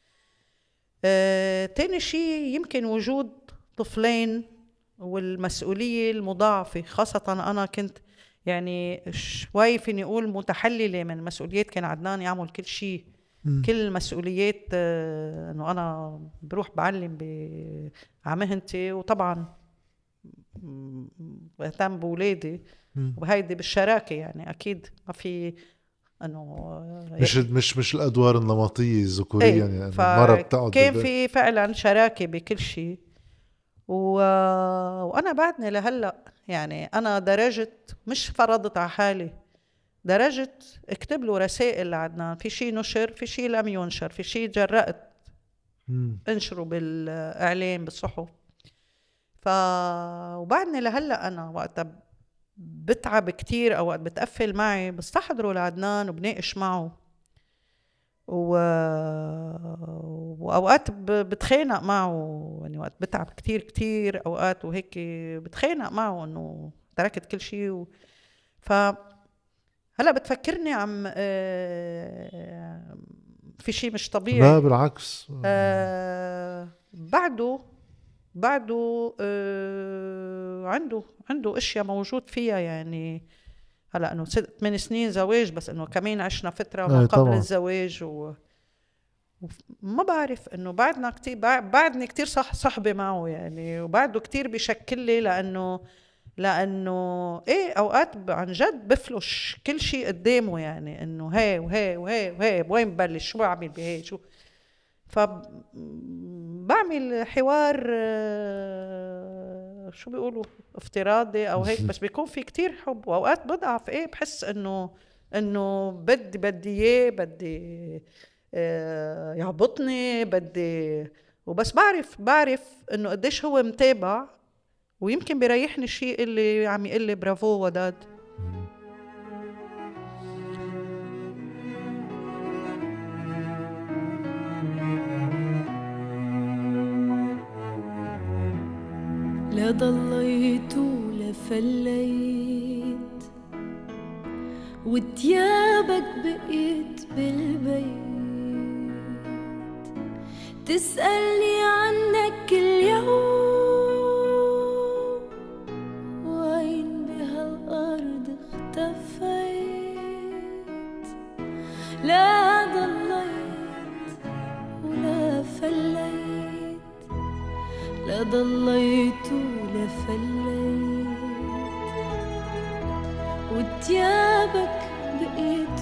آه، تاني شيء يمكن وجود طفلين والمسؤولية المضاعفة، خاصة أنا كنت يعني شوي فيني أقول متحللة من مسؤوليات، كان عدنان يعمل كل شيء، كل المسؤوليات آه، أنه أنا بروح بعلم بعمهنتي وطبعا بهتم بولادي، وهيدي بالشراكة يعني أكيد ما في انه مش مش مش الادوار النمطيه الذكوريه ايه يعني المرة بتقعد كان بالبيت. في فعلا شراكة بكل شيء و... وانا بعدني لهلا يعني انا درجة مش فرضت على حالي، درجة اكتب له رسائل لعدنان، في شيء نشر في شيء لم ينشر، في شيء جرأت مم. انشره بالاعلام بالصحف. ف وبعدني لهلا انا وقتها بتعب كتير او وقت بتقفل معي بستحضره لعدنان وبناقش معه و... واوقات ب... بتخانق معه يعني وقت بتعب كتير كتير اوقات وهيك بتخانق معه انه تركت كل شيء و... ف هلا بتفكرني عم آه... في شيء مش طبيعي. لا بالعكس آه... بعده بعده آه... عنده عنده اشياء موجود فيها يعني هلا انه ست ثمان سنين زواج بس انه كمان عشنا فتره ما قبل طبعا. الزواج و... وما بعرف انه بعدنا كتير بعدني كتير صح صحبه معه يعني وبعده كتير بيشكل لي لانه لانه ايه اوقات عن جد بفلش كل شيء قدامه يعني انه هي وهي وهي وهي وين ببلش شو بعمل بهي شو فبعمل حوار شو بيقولوا افتراضي او هيك بس بيكون في كتير حب واوقات بضعف ايه بحس انه انه بدي بدي اياه بدي آه يعبطني بدي وبس بعرف بعرف انه قديش هو متابع ويمكن بيريحني الشيء اللي عم يقول لي برافو وداد. لا ضليت ولا فليت وتيابك بقيت بالبيت تسألني عنك كل يوم وين بهالأرض اختفيت. لا ضليت ولا فليت لا ضليت ولا فليت وتيابك بقيت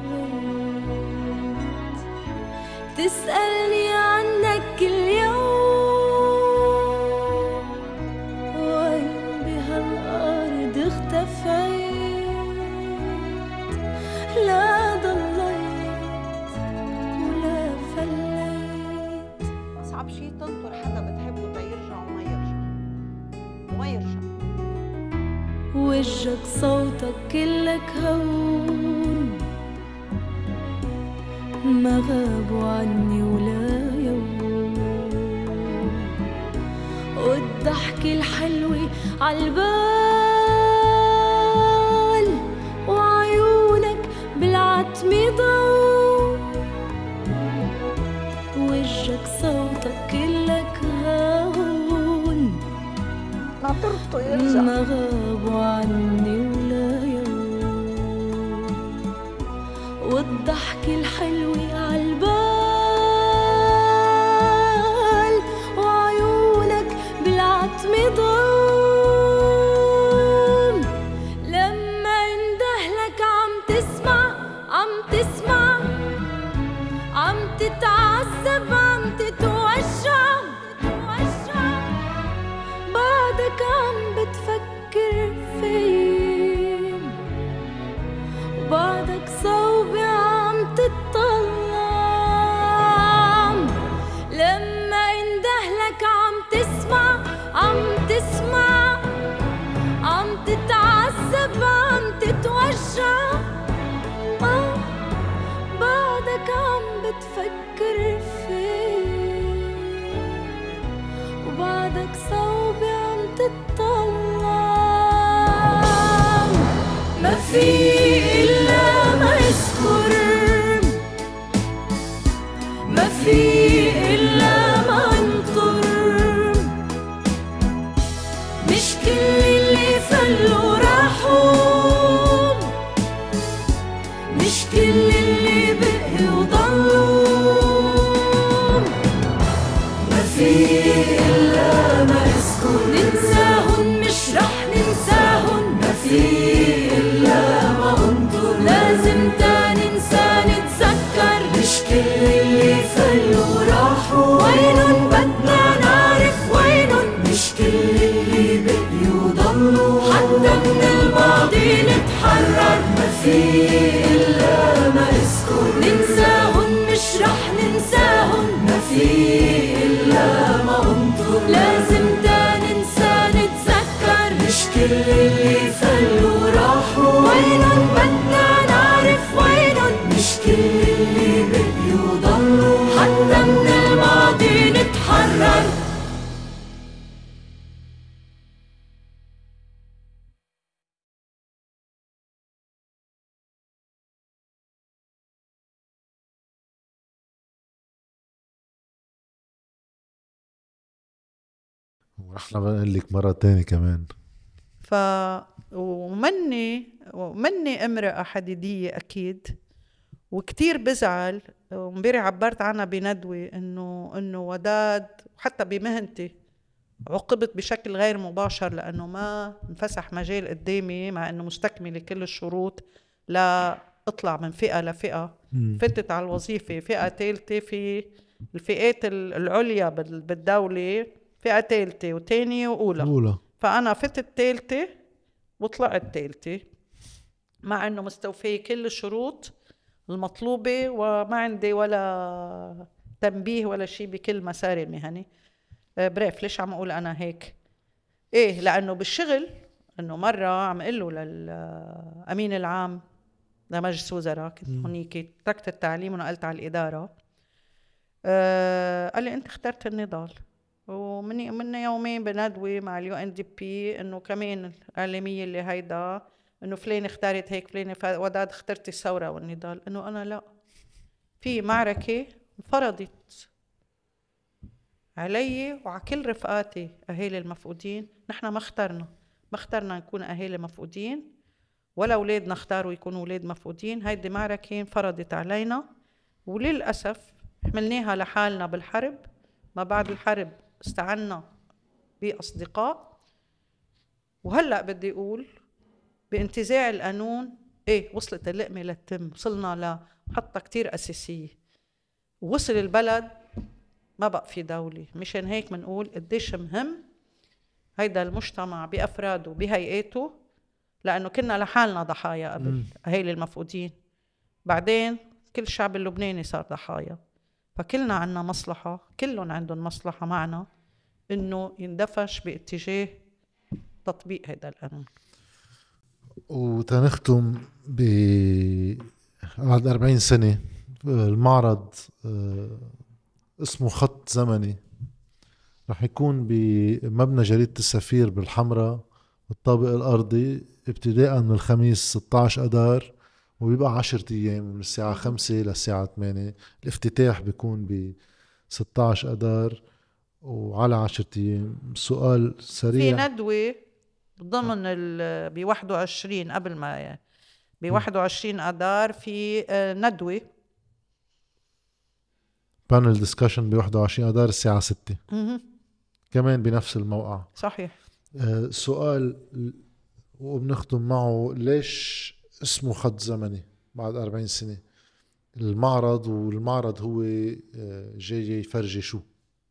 بالبيت تسألني عنك كل يوم وين بهالأرض اختفيت. لا ضليت ولا فليت. أصعب شي تنطر حدا بتحبه تيرجع وما يرجع وما يرجع وجهك صوتك كلك هون ما غابوا عني ولا يوم والضحكة الحلوة عالبال وعيونك بالعتمة ضوء وجهك صوتك كلك هون ناطرته يرجع ما غابوا عني ولا يوم والضحكة الحلوة عالبال وعيونك بالعتمة ضوم. لما اندهلك عم تسمع عم تسمع عم تتعذب عم تتوجع بعدك عم بتفكر فيه وبعدك صوبي عم تتطلع. لما اندهلك عم تسمع عم تسمع عم تتعذب عم تتوجع آه بعدك عم بتفكر فيه وبعدك صوبي عم تتطلع. ما في إلا ما يذكر ما في إلا ما انطر مش كل اللي فلوا راحوا مش كل اللي بقي وضلوا. ما في إلا ما يذكر ننساهن مش رح ننساهن. ما في ونحن بنقول لك مرة تانية كمان. ف ومني ومني امرأة حديدية أكيد، وكتير بزعل. ومبارح عبرت عنها بندوة إنه إنه وداد وحتى بمهنتي عوقبت بشكل غير مباشر لأنه ما انفسح مجال قدامي، مع إنه مستكملة كل الشروط لا أطلع من فئة لفئة. فتت على الوظيفة فئة ثالثة في الفئات العليا بالدولة، فئة ثالثة وثانية وأولى أولى. فأنا فتت ثالثة وطلعت ثالثة، مع إنه مستوفية كل الشروط المطلوبة وما عندي ولا تنبيه ولا شيء بكل مساري المهني. بريف ليش عم أقول أنا هيك؟ إيه لأنه بالشغل إنه مرة عم قله للأمين العام لمجلس وزراء، كنت هونيك تركت التعليم ونقلت على الإدارة. أه قال لي أنت اخترت النضال. ومن من يومين بندوي مع اليو ان دي بي إنه كمان الإعلامية اللي هيدا إنه فلان اختارت هيك فلان وداد اخترت الثورة والنضال. إنه أنا لا، في معركة فرضت علي وعلى كل رفقاتي أهالي المفقودين. نحن ما اخترنا ما اخترنا نكون أهالي مفقودين ولا أولادنا اختاروا يكونوا أولاد مفقودين. هيدي معركة فرضت علينا وللأسف حملناها لحالنا بالحرب. ما بعد الحرب استعنا بأصدقاء، وهلأ بدي أقول بانتزاع القانون إيه وصلت اللقمة للتم، وصلنا لحطة كتير أساسية ووصل البلد ما بقى في دولة. مشان هيك منقول قديش مهم هيدا المجتمع بأفراده بهيئاته، لأنه كنا لحالنا ضحايا قبل أهالي المفقودين، بعدين كل الشعب اللبناني صار ضحايا، فكلنا عنا مصلحة، كلهم عندهم مصلحة معنا إنه يندفش باتجاه تطبيق هذا القانون. وتنختم ب بعد أربعين سنة المعرض اسمه خط زمني رح يكون بمبنى جريدة السفير بالحمراء الطابق الأرضي ابتداء من الخميس ستة عشر أدار، وبيبقى عشرة أيام من الساعة خمسة للساعة ثمانية. الافتتاح بيكون ب ستة عشر أدار وعلى عشرة أيام. سؤال سريع، في ندوة ضمن ال ب واحد وعشرين قبل ما ب واحد وعشرين أدار في ندوة بانل ديسكشن ب واحد وعشرين أدار الساعة ستة كمان بنفس الموقع. صحيح. أه سؤال وبنختم معه، ليش اسمه خط زمني بعد أربعين سنة المعرض؟ والمعرض هو جاي يفرجي شو؟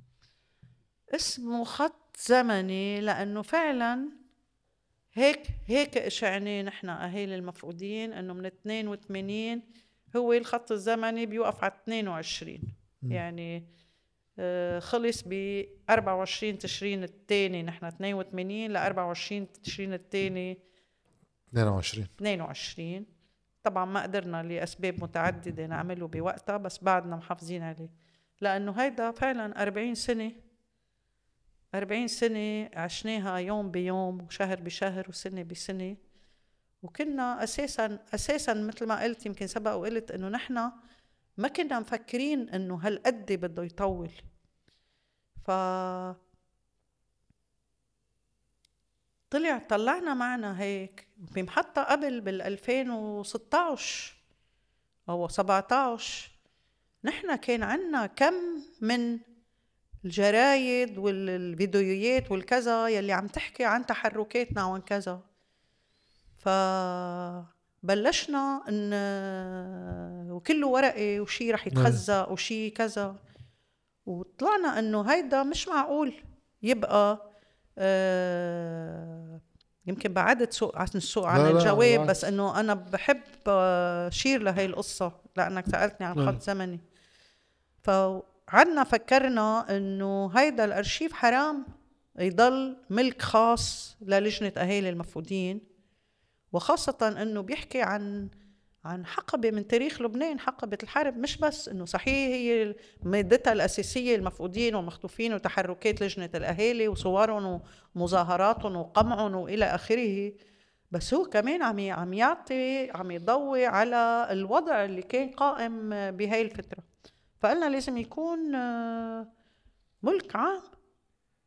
اسمه خط زمني لأنه فعلا هيك هيك اشعني نحن أهالي المفقودين، أنه من اثنين وثمانين هو الخط الزمني بيوقف على اثنين وعشرين. م. يعني آه خلص ب أربعة وعشرين تشرين الثاني، نحن اثنين وثمانين ل أربعة وعشرين تشرين الثاني اثنين وعشرين اثنين وعشرين. طبعا ما قدرنا لأسباب متعددة نعمله بوقتها، بس بعدنا محافظين عليه لأنه هيدا فعلا أربعين سنة أربعين سنة عشناها يوم بيوم وشهر بشهر وسنة بسنة. وكنا أساساً أساساً مثل ما قلت يمكن سبق وقلت إنه نحنا ما كنا مفكرين إنه هالقد بده يطول. ف طلع طلعنا معنا هيك بمحطة قبل بالألفين وستة عشر أو سبعة عشر نحنا كان عنا كم من الجرايد والفيديوهات والكذا يلي عم تحكي عن تحركاتنا وعن كذا. فبلشنا ان وكله ورقي وشي رح يتخزق وشي كذا، وطلعنا انه هيدا مش معقول يبقى. آه يمكن بعدت سوق عن السوق عن الجواب، بس انه انا بحب شير لهي القصة لانك سألتني عن خط زمني. ف عدنا فكرنا انه هيدا الارشيف حرام يضل ملك خاص للجنة اهالي المفقودين، وخاصة انه بيحكي عن عن حقبة من تاريخ لبنان، حقبة الحرب. مش بس انه صحيح هي مادتها الاساسية المفقودين والمخطوفين وتحركات لجنة الاهالي وصورهم ومظاهراتهم وقمعهم والى اخره، بس هو كمان عم عم يعطي عم يضوي على الوضع اللي كان قائم بهاي الفترة. فقلنا لازم يكون ملك عام،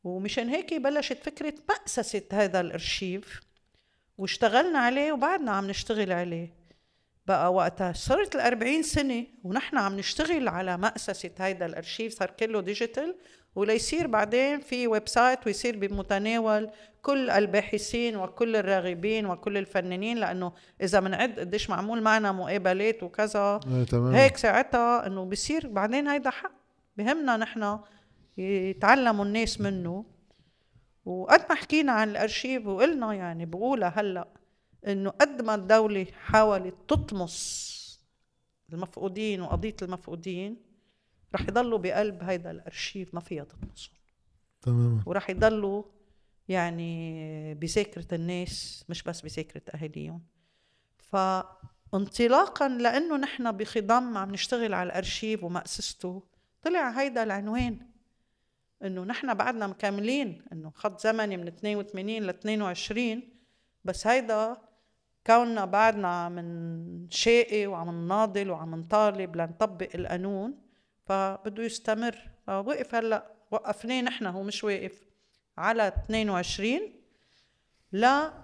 ومشان هيك بلشت فكرة مأسسة هذا الأرشيف، واشتغلنا عليه وبعدنا عم نشتغل عليه. بقى وقتها صارت الأربعين سنة ونحن عم نشتغل على مأسسة هيدا الأرشيف، صار كله ديجيتال، وليصير بعدين في ويب سايت ويصير بمتناول كل الباحثين وكل الراغبين وكل الفنانين، لأنه إذا منعد قديش معمول معنا مقابلات وكذا هيك ساعتها إنه بيصير بعدين هيدا حق بهمنا نحن يتعلموا الناس منه. وقد ما حكينا عن الأرشيف وقلنا يعني بقولها هلأ إنه قد ما الدولة حاولت تطمس المفقودين وقضية المفقودين رح يضلوا بقلب هيدا الأرشيف ما فيها تطمسهم. تماما. ورح يضلوا يعني بذاكرة الناس مش بس بذاكرة أهاليهم. فانطلاقا لأنه نحن بخضم عم نشتغل على الأرشيف ومأسسته طلع هيدا العنوان إنه نحن بعدنا مكملين، إنه خط زمني من اثنين وثمانين ل اثنين وعشرين، بس هيدا كوننا بعدنا عم نشاقي وعم نناضل وعم نطالب لنطبق القانون فبده يستمر. فوقف هلا وقفناه نحن، هو مش واقف على اثنين وعشرين لا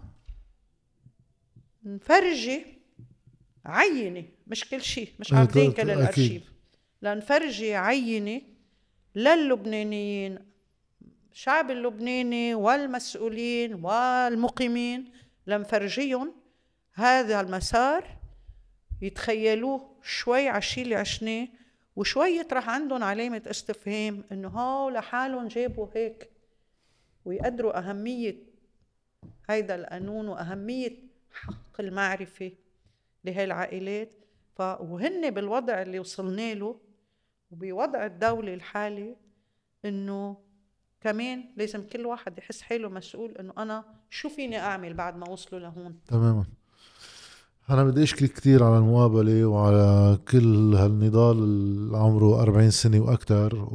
نفرجي عينه، مش كل شيء، مش عارفين كل الارشيف، لنفرجي عينه للبنانيين، الشعب اللبناني والمسؤولين والمقيمين، لنفرجيهم هذا المسار يتخيلوه شوي عشي اللي عشناه، وشوي يطرح عندهم علامة استفهام انه هاو لحالهم جابوا هيك، ويقدروا أهمية هيدا القانون وأهمية حق المعرفة لهي العائلات. وهن بالوضع اللي وصلنا له وبوضع الدولة الحالي انه كمان لازم كل واحد يحس حاله مسؤول انه انا شو فيني اعمل بعد ما وصلوا لهون. تماما. أنا بدي أشكرك كتير على المقابلة وعلى كل هالنضال اللي عمره أربعين سنة وأكتر.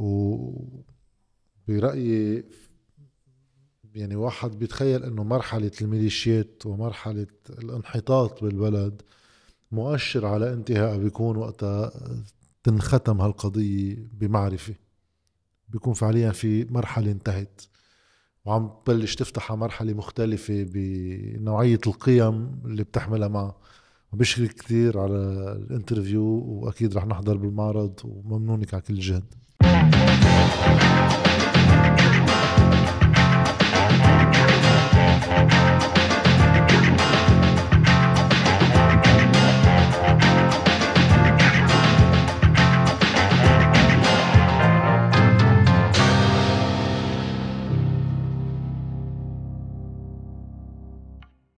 وبرأيي يعني واحد بيتخيل أنه مرحلة الميليشيات ومرحلة الانحطاط بالبلد مؤشر على انتهاء، بيكون وقتها تنختم هالقضية بمعرفة، بيكون فعليا في مرحلة انتهت وعم تبلش تفتح مرحلة مختلفة بنوعية القيم اللي بتحملها معه. وبشكرك كتير على الانترفيو، وأكيد رح نحضر بالمعرض، وممنونك على كل الجهد.